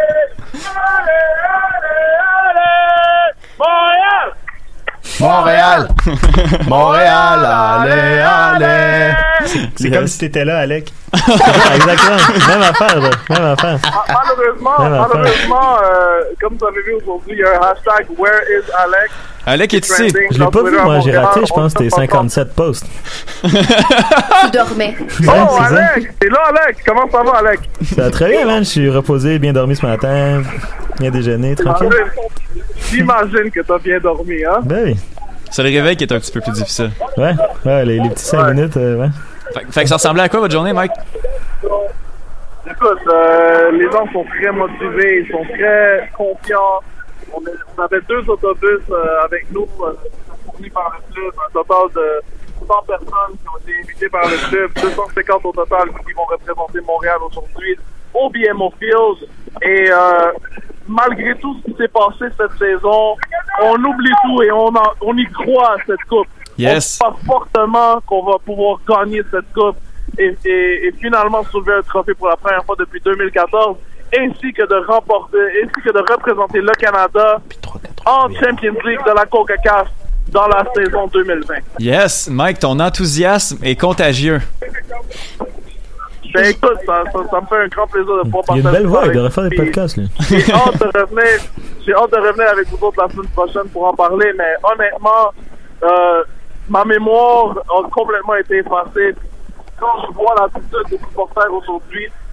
Montréal! Montréal! Montréal, allez, allez! C'est comme si t'étais là, Alec. Exactement. Même affaire. Malheureusement, comme vous avez vu aujourd'hui, il y a un hashtag Where is Alec? Alec est ici. Je l'ai pas vu, moi, j'ai raté, je pense que c'était 57 posts. Tu dormais. Oh, Alec! T'es là, Alec? Comment ça va, Alec? Ça va très bien, man. Je suis reposé, bien dormi ce matin. Bien déjeuné, tranquille. J'imagine que t'as bien dormi, hein? Ben oui. C'est le réveil qui est un petit peu plus difficile. Ouais, les petits 5 minutes, ouais. Fait que ça ressemblait à quoi votre journée, Mike? Écoute, les gens sont très motivés, ils sont très confiants. On avait 2 autobus avec nous, fournis par le club, un total de 100 personnes qui ont été invitées par le club, 250 au total qui vont représenter Montréal aujourd'hui au BMO Field. Et malgré tout ce qui s'est passé cette saison, on oublie tout et on y croit à cette coupe. Yes. On pense fortement qu'on va pouvoir gagner cette coupe et finalement soulever un trophée pour la première fois depuis 2014, ainsi que de représenter le Canada en Champions League de la CONCACAF dans la saison 2020. Yes, Mike, ton enthousiasme est contagieux. Ben écoute, ça me fait un grand plaisir de pouvoir partager. Il y a une belle voix, il devrait faire des podcasts. J'ai hâte de revenir avec vous autres la semaine prochaine pour en parler, mais honnêtement, ma mémoire a complètement été effacée. Quand je vois l'attitude des supporters aujourd'hui,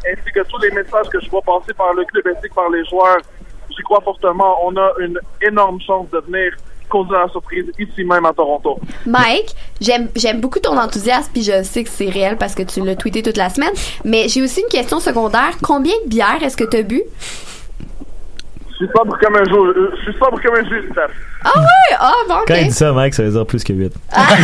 ainsi que tous les messages que je vois passer par le club ainsi que par les joueurs, j'y crois fortement. On a une énorme chance de venir causer la surprise ici même à Toronto. Mike, j'aime beaucoup ton enthousiasme, puis je sais que c'est réel parce que tu l'as tweeté toute la semaine, mais j'ai aussi une question secondaire. Combien de bières est-ce que tu as bu? Je suis sobre comme un juge, Steph. Ah oui? Ah bon, Quand ok. il dit ça, Mike, ça veut dire plus que 8.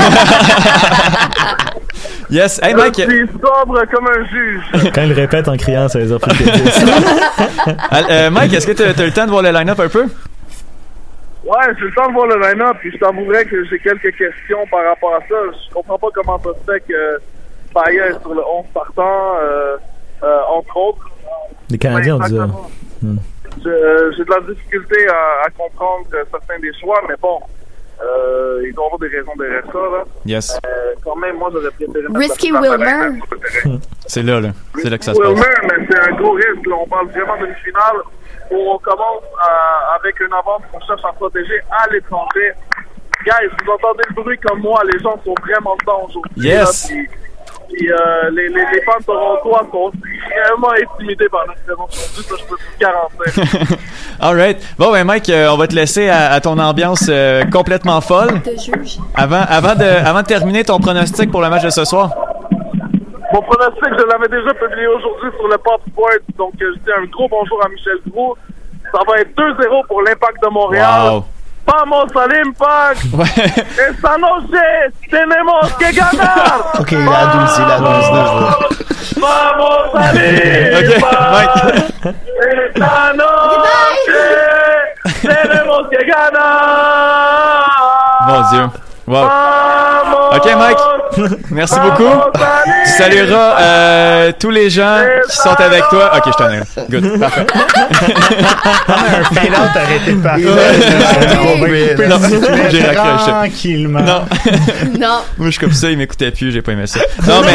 Yes. Hey, Mike. Je suis sobre comme un juge. Quand il le répète en criant, ça veut dire plus que 10. Mike, est-ce que t'as le temps de voir le line-up un peu? Ouais, j'ai le temps de voir le line-up, puis je t'avouerais que j'ai quelques questions par rapport à ça. Je comprends pas comment ça se fait que Paya est sur le 11 partant, entre autres. Les Canadiens ont dit ça. J'ai de la difficulté à comprendre certains des choix, mais bon, il doit y avoir des raisons derrière ça, là. Yes. Quand même, moi, j'aurais préféré mettre Risky la Wilmer. C'est là. C'est là que ça se passe. Wilmer, mais c'est un gros risque, là. On parle vraiment d'une finale où on commence avec une avance qu'on cherche à protéger à l'étranger. Guys, vous entendez le bruit comme moi, les gens sont vraiment dedans aujourd'hui. Yes. Là, puis les fans torontois sont vraiment intimidés par notre présence aujourd'hui, ça je peux vous garantir. Alright. Bon, ben Mike, on va te laisser à ton ambiance complètement folle. Te juge. Avant de terminer ton pronostic pour le match de ce soir. Mon pronostic, je l'avais déjà publié aujourd'hui sur le Pop Sport, donc je dis un gros bonjour à Michel Gros. Ça va être 2-0 pour l'Impact de Montréal. Wow. Vamos al Impact! Ouais. Esta noche tenemos que ganar! Ok, il a 12. Vamos al Ok, Impact! Mike. Esta noche tenemos que ganar! Mon Dieu. Wow. Ok, Mike. Merci beaucoup. Tu salueras tous les gens qui sont avec toi. Ok, je t'en ai. Good. Parfait. Un fade-out arrêté de parler. Non, j'ai raccroché. Tranquillement. Non. Non. Moi, je suis comme ça, il m'écoutait plus, j'ai pas aimé ça.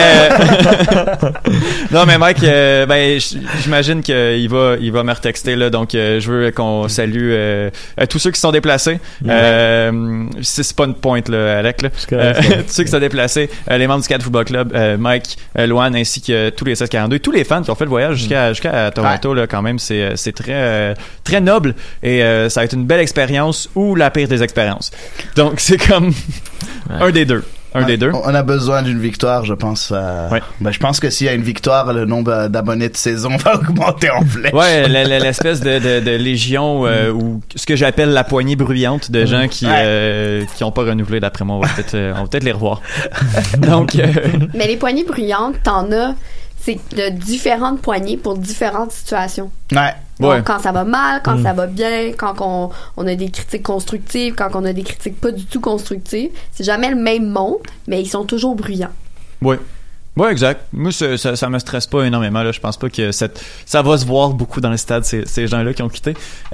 Non, mais Mike, ben, j'imagine qu'il va me retexter, là. Donc, je veux qu'on salue tous ceux qui sont déplacés. C'est pas une pointe, là, Alec, là. Tous ceux qui sont déplacés, les membres du Canada Football Club, Mike, Loan, ainsi que tous les 1642, tous les fans qui ont fait le voyage jusqu'à Toronto, là, quand même, c'est très, très noble et ça va être une belle expérience ou la pire des expériences. Donc, c'est comme un des deux. On a besoin d'une victoire, je pense. Ouais. Ben, je pense que s'il y a une victoire, le nombre d'abonnés de saison va augmenter en flèche. Ouais, l'espèce de légion ou ce que j'appelle la poignée bruyante de gens qui ont pas renouvelé, d'après moi, on va peut-être les revoir. Donc Mais les poignées bruyantes, t'en as, c'est de différentes poignées pour différentes situations. Ouais. Donc, Ouais. quand ça va mal, quand ça va bien, quand on a des critiques constructives, quand on a des critiques pas du tout constructives, c'est jamais le même monde, mais ils sont toujours bruyants. ouais. Ouais, exact. Moi, ça me stresse pas énormément, là. Je pense pas que ça va se voir beaucoup dans le stade, ces gens-là qui ont quitté.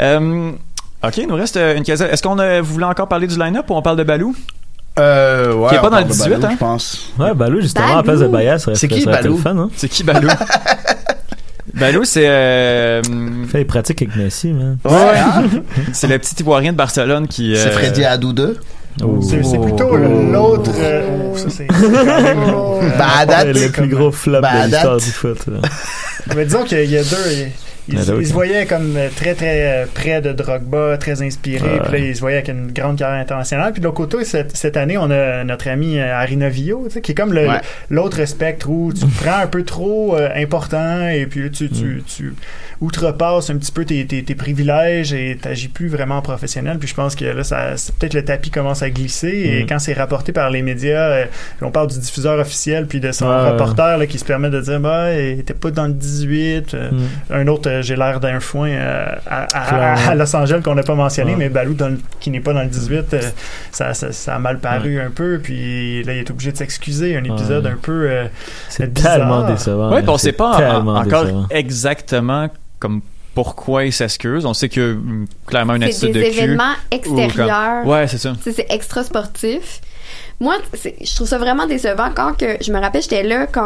OK, il nous reste une quinzaine. Est-ce qu'on vous voulez encore parler du line-up ou on parle de Balou? Ouais. Qui est pas dans le on parle de 18, Balou, hein? je pense. Ouais, Balou, justement, à la place de Baya, ça C'est serait qui, Balou? le fun, hein? C'est qui Balou? Balou, c'est Il fait des pratiques avec Messi, man. c'est le petit Ivoirien de Barcelone qui... C'est Freddy Adou 2. C'est plutôt l'autre. Ça, c'est quand même. Badat. Le plus gros flop de l'histoire du foot. Mais disons qu'il y a deux. Il se voyait comme très très près de Drogba, très inspiré, puis là il se voyait avec une grande carrière internationale. Puis de l'autre côté, cette année, on a notre ami Arina Vio, tu sais, qui est comme l'autre spectre où tu te prends un peu trop important et puis tu outrepasses un petit peu tes privilèges et t'agis plus vraiment professionnel. Puis je pense que là, peut-être le tapis commence à glisser et quand c'est rapporté par les médias, on parle du diffuseur officiel puis de son reporter là, qui se permet de dire il était pas dans le 18, un autre j'ai l'air d'un foin à Los Angeles qu'on n'a pas mentionné, mais Balou qui n'est pas dans le 18, ça a mal paru un peu, puis là il est obligé de s'excuser, un épisode un peu c'est bizarre. Tellement décevant. Ouais, on sait pas encore décevant. Exactement comme pourquoi il s'excuse. On sait que clairement une attitude de cul. C'est des événements extérieurs. Ouais, c'est ça. C'est extra sportif. Moi, je trouve ça vraiment décevant quand que je me rappelle, j'étais là quand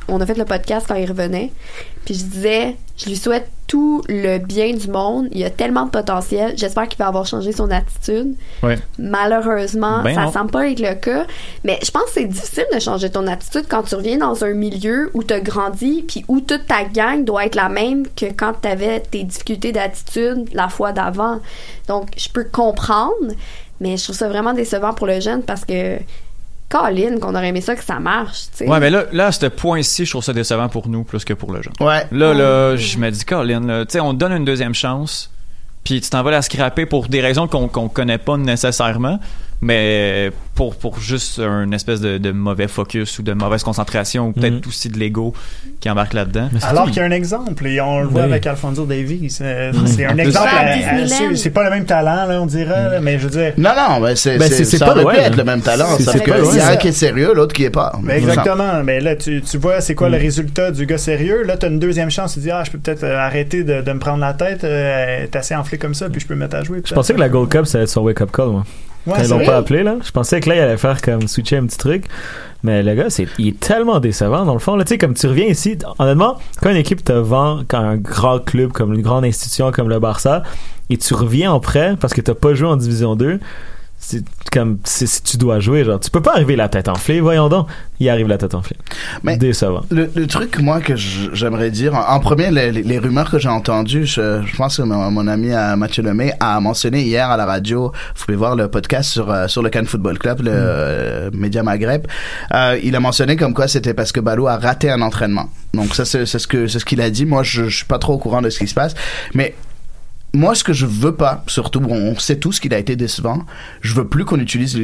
on a fait le podcast quand il revenait, puis je disais, je lui souhaite tout le bien du monde. Il a tellement de potentiel. J'espère qu'il va avoir changé son attitude. Ouais. Malheureusement, ça semble pas être le cas. Mais je pense que c'est difficile de changer ton attitude quand tu reviens dans un milieu où t'as grandi puis où toute ta gang doit être la même que quand t'avais tes difficultés d'attitude la fois d'avant. Donc, je peux comprendre, mais je trouve ça vraiment décevant pour le jeune parce que Colin, qu'on aurait aimé ça que ça marche, tu sais. Ouais, mais là, à ce point-ci, je trouve ça décevant pour nous plus que pour le jeune. Ouais. Là, je me dis, Colin, tu sais, on te donne une deuxième chance, puis tu t'en vas la scraper pour des raisons qu'on connaît pas nécessairement, mais pour juste une espèce de mauvais focus ou de mauvaise concentration ou peut-être aussi de l'ego qui embarque là-dedans. Alors qu'il y a un exemple, et on le voit avec Alfonso Davies. C'est un exemple. C'est pas le même talent, là, on dirait, là, mais je veux dire. Non, mais ça aurait pu être le même talent. Sauf qu'il y a un qui est sérieux, l'autre qui est pas. Mais exactement. Mais là, tu vois, c'est quoi le résultat du gars sérieux? Là, t'as une deuxième chance. Tu dis, je peux peut-être arrêter de me prendre la tête, être assez enflé comme ça, puis je peux me mettre à jouer. Je pensais que la Gold Cup, ça allait être son wake-up call, moi. Quand ils l'ont pas appelé, là. Je pensais que là, il allait faire comme switcher un petit truc. Mais le gars, il est tellement décevant, dans le fond. Là, tu sais, comme tu reviens ici, honnêtement, quand une équipe te vend, quand un grand club, comme une grande institution comme le Barça, et tu reviens en prêt parce que t'as pas joué en Division 2, c'est comme si tu dois jouer, genre tu peux pas arriver la tête enflée, voyons donc. Il arrive la tête enflée. Mais décevant. Le truc, moi, que j'aimerais dire, en premier, les rumeurs que j'ai entendues, je pense que mon ami Mathieu Lemay a mentionné hier à la radio, vous pouvez voir le podcast sur le Cannes Football Club, le Média Maghreb, il a mentionné comme quoi c'était parce que Balou a raté un entraînement. Donc ça, c'est ce qu'il a dit. Moi, je suis pas trop au courant de ce qui se passe, mais moi, ce que je veux pas, surtout, on sait tous qu'il a été décevant, je veux plus qu'on utilise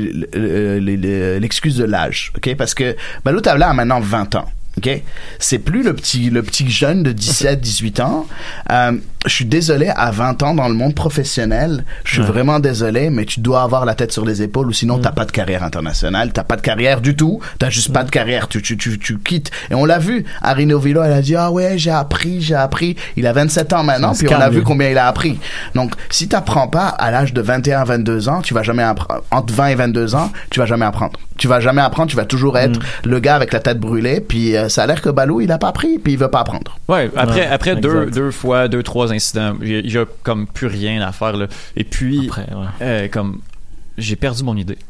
l'excuse de l'âge, ok? Parce que Balou Tabla a maintenant 20 ans. OK? C'est plus le petit jeune de 17, 18 ans. Je suis désolé, à 20 ans dans le monde professionnel, je suis vraiment désolé, mais tu dois avoir la tête sur les épaules ou sinon t'as pas de carrière internationale, t'as pas de carrière du tout, t'as juste pas de carrière, tu quittes. Et on l'a vu, Arino Vilo, elle a dit, j'ai appris. Il a 27 ans maintenant, puis on a vu combien il a appris. Donc, si t'apprends pas à l'âge de 21, 22 ans, tu vas jamais apprendre. Entre 20 et 22 ans, tu vas jamais apprendre. Tu vas toujours être le gars avec la tête brûlée, puis ça a l'air que Balou, il a pas appris, puis il veut pas apprendre. Ouais, après deux fois, 2-3 incidents, il y a comme plus rien à faire, là. Et puis, comme, j'ai perdu mon idée.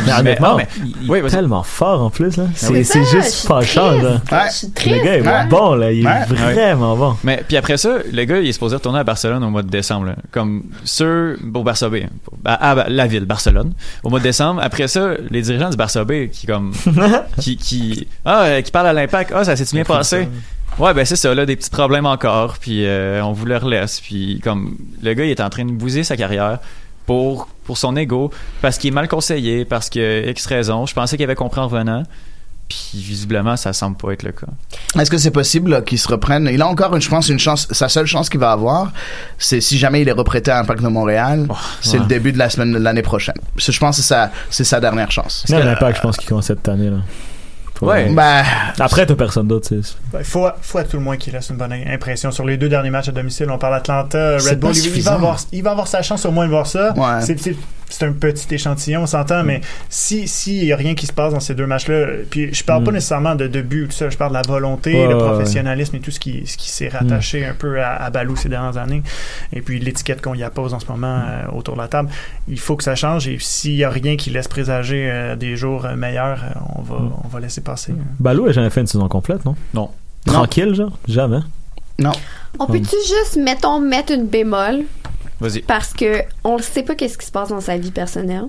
Il est tellement fort en plus là. C'est juste fâchant là. Le gars est bon là, il est vraiment bon. Mais puis après ça, le gars il est supposé retourner à Barcelone au mois de décembre là. Comme au Barça B, la ville Barcelone au mois de décembre. Après ça, les dirigeants du Barça B qui comme qui parlent à l'Impact, ça s'est bien passé. Ouais, ben c'est ça là, des petits problèmes encore, puis on vous le relaisse, puis comme le gars il est en train de bousiller sa carrière pour son ego, parce qu'il est mal conseillé, parce que X raison. Je pensais qu'il avait compris en revenant, puis visiblement, ça semble pas être le cas. Est-ce que c'est possible là, qu'il se reprenne? Il a encore, une chance. Sa seule chance qu'il va avoir, c'est si jamais il est reprêté à l'Impact de Montréal, c'est le début de la semaine de l'année prochaine. Je pense que c'est sa dernière chance. Non, l'Impact, je pense qu'il commence cette année là. Après t'as personne d'autre, tu sais. Faut à tout le moins qu'il laisse une bonne impression sur les 2 derniers matchs à domicile. On parle Atlanta, Red Bull, il va avoir sa chance au moins de voir ça. C'est un petit échantillon, on s'entend, mais s'il y a rien qui se passe dans ces 2 matchs-là, puis je parle pas nécessairement de but ou tout ça, je parle de la volonté, le professionnalisme et tout ce qui s'est rattaché un peu à Balou ces dernières années, et puis l'étiquette qu'on y appose en ce moment autour de la table. Il faut que ça change, et s'il y a rien qui laisse présager des jours meilleurs, on va laisser passer. Balou a jamais fait une saison complète, non? Non. Tranquille, genre? Jamais? Non. On peut-tu juste, mettre une bémol? Vas-y. Parce que on ne sait pas qu'est-ce qui se passe dans sa vie personnelle.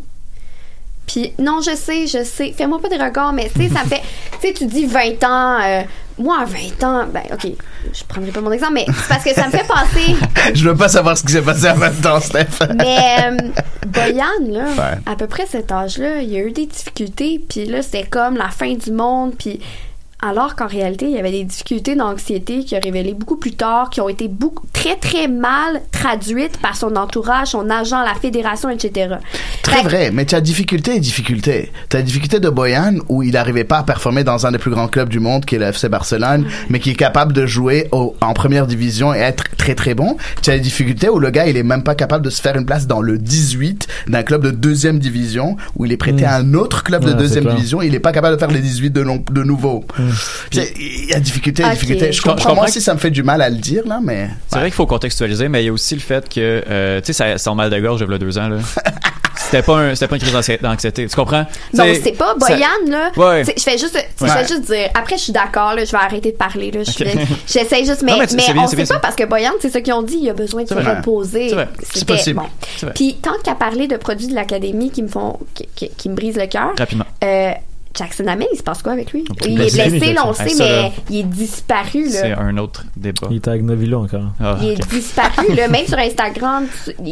Puis, non, je sais. Fais-moi pas des regards, mais tu sais, ça me fait... Tu sais, tu dis 20 ans... moi, à 20 ans... Ben, OK, je prendrai pas mon exemple, mais c'est parce que ça me fait penser... Je veux pas savoir ce qui s'est passé à 20 ans, Steph. Mais Boyan, là, à peu près cet âge-là, il y a eu des difficultés, puis là, c'était comme la fin du monde, puis... Alors qu'en réalité, il y avait des difficultés d'anxiété qui ont révélé beaucoup plus tard, qui ont été très, très mal traduites par son entourage, son agent, la fédération, etc. Très vrai, mais tu as difficulté et difficulté. Tu as difficulté de Boyan, où il n'arrivait pas à performer dans un des plus grands clubs du monde, qui est le FC Barcelone, mais qui est capable de jouer en première division et être très, très bon. Tu as des difficultés où le gars, il est même pas capable de se faire une place dans le 18 d'un club de 2e division, où il est prêté à un autre club de 2e division, et il est pas capable de faire les 18 de nouveau. Il y a difficulté. Je comprends si ça me fait du mal à le dire, là, mais. C'est vrai qu'il faut contextualiser, mais il y a aussi le fait que, tu sais, son mal de gorge, il y a 2 ans, là. C'était pas une crise d'anxiété. Tu comprends? Non, c'est pas Boyan, là. Ouais. Je fais juste dire. Après, je suis d'accord, là. Je vais arrêter de parler, là. J'essaie juste, mais on sait pas parce que Boyan, c'est ça qu'ils ont dit. Il a besoin de se reposer. C'est possible. Bon. Puis, tant qu'à parler de produits de l'académie qui me brisent le cœur. Rapidement. Jackson Hamel, il se passe quoi avec lui? Il est blessé, là, on le sait, mais il est disparu, là. C'est un autre débat. Il est avec Novilo encore. Il est disparu, là. Même sur Instagram,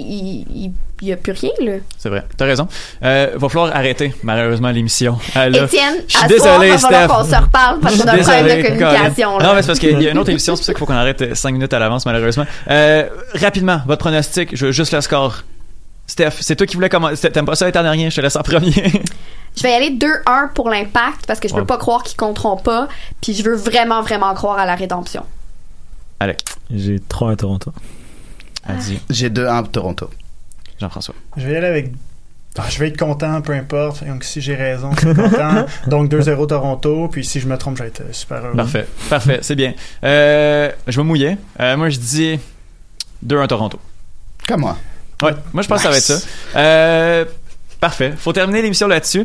il n'y a plus rien, là. C'est vrai. T'as raison. Va falloir arrêter, malheureusement, l'émission. Étienne, je suis désolé, il va falloir qu'on se reparle parce qu'on a un problème de communication, là. Non, mais c'est parce qu'il y a une autre émission, c'est pour ça qu'il faut qu'on arrête 5 minutes à l'avance, malheureusement. Rapidement, votre pronostic, je veux juste le score. Steph, c'est toi qui voulais commencer. T'aimes pas ça être en dernier? Je te laisse en premier. Je vais y aller 2-1 pour l'Impact parce que je peux pas croire qu'ils compteront pas. Puis je veux vraiment, vraiment croire à la rédemption. Alec. J'ai 3-1 Toronto. Adi. J'ai 2-1 Toronto. Jean-François. Je vais y aller avec... je vais être content, peu importe. Donc, si j'ai raison, je suis content. Donc, 2-0 Toronto. Puis, si je me trompe, je vais être super heureux. Parfait. C'est bien. Je vais mouiller. Moi, je dis 2-1 Toronto. Comme moi. Ouais, moi, je pense que ça va être ça. Parfait. Faut terminer l'émission là-dessus.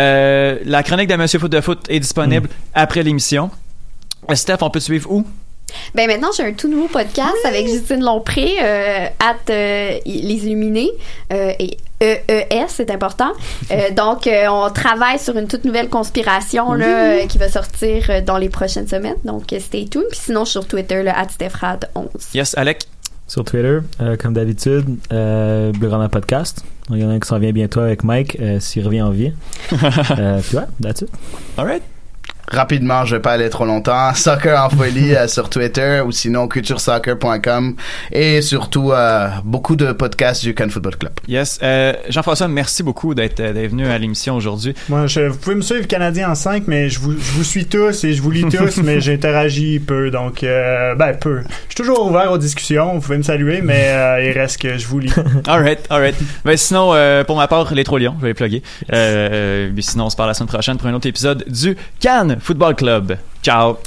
La chronique de Monsieur Foot de Foot est disponible après l'émission. Steph, on peut te suivre où? Ben maintenant, j'ai un tout nouveau podcast avec Justine Lompré, Les Illuminés, et EES, c'est important. Donc, on travaille sur une toute nouvelle conspiration là, qui va sortir dans les prochaines semaines. Donc, stay tuned. Puis sinon, sur Twitter, @StephRad11. Yes, Alec? Sur Twitter, comme d'habitude, Bleu Grand Podcast. Il y en a un qui s'en vient bientôt avec Mike, s'il revient en vie. Puis ouais, that's it. All right. Rapidement, je vais pas aller trop longtemps. Soccer en folie sur Twitter ou sinon culturesoccer.com et surtout beaucoup de podcasts du Cannes Football Club. Yes. Jean-François, merci beaucoup d'être venu à l'émission aujourd'hui. Moi, vous pouvez me suivre Canadien en 5, mais je vous suis tous et je vous lis tous, mais j'interagis peu, donc peu. Je suis toujours ouvert aux discussions. Vous pouvez me saluer, mais il reste que je vous lis. All right. Ben sinon, pour ma part, les Trois Lions, je vais les plugger. Sinon, on se parle la semaine prochaine pour un autre épisode du Cannes Football Club. Ciao.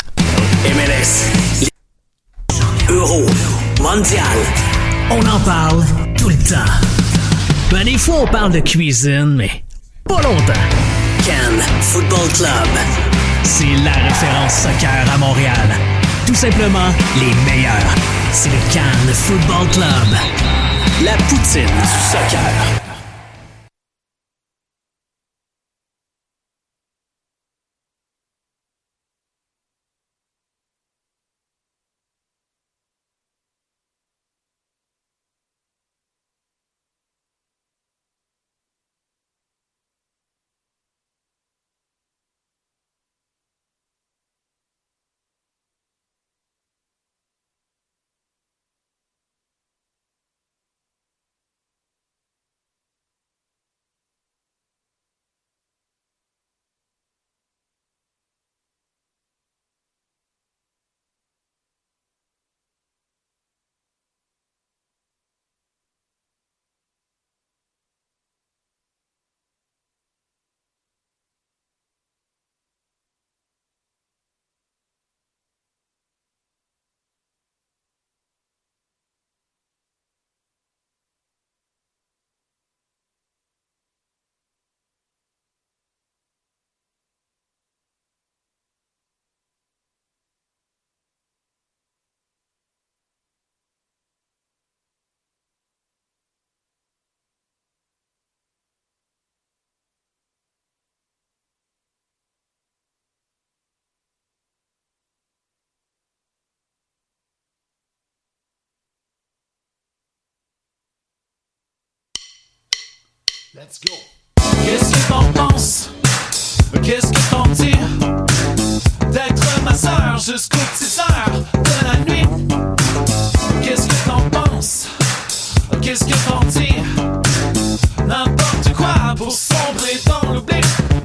MLS, Euro, Mondial, on en parle tout le temps. Ben des fois on parle de cuisine, mais pas longtemps. Cannes Football Club, c'est la référence soccer à Montréal. Tout simplement les meilleurs. C'est le Cannes Football Club, la poutine du soccer. Let's go. Qu'est-ce que t'en penses? Qu'est-ce que t'en dis? D'être ma sœur jusqu'aux petites heures de la nuit. Qu'est-ce que t'en penses? Qu'est-ce que t'en dis? N'importe quoi pour sombrer dans l'oubli.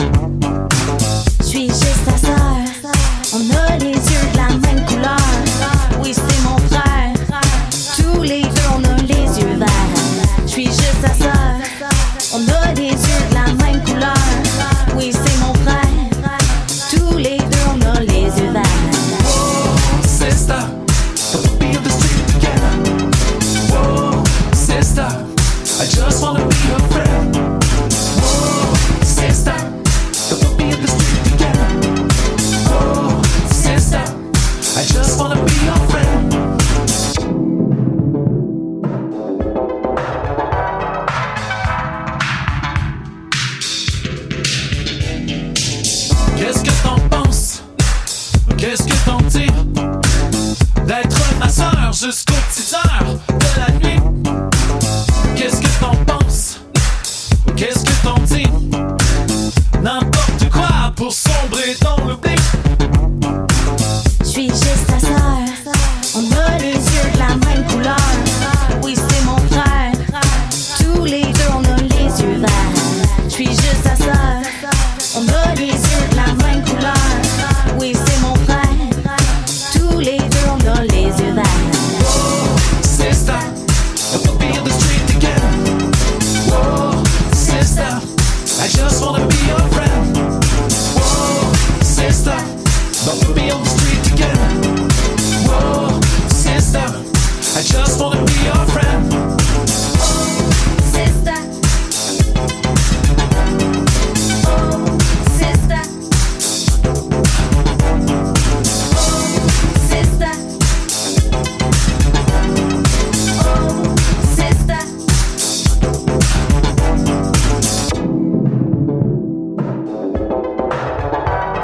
J'suis juste ta sœur. On a les yeux de la même couleur. Oui, c'est mon frère. Tous les deux, on a les yeux verts. J'suis juste ta sœur. On a des yeux de la même couleur. Oui, c'est mon frère. Tous les deux, on a les yeux Qu'est-ce que t'en penses? Qu'est-ce que t'en dis? D'être ma sœur jusqu'aux petites heures de la nuit. Qu'est-ce que t'en penses? Qu'est-ce que t'en dis? N'importe quoi pour sombrer dans le blé.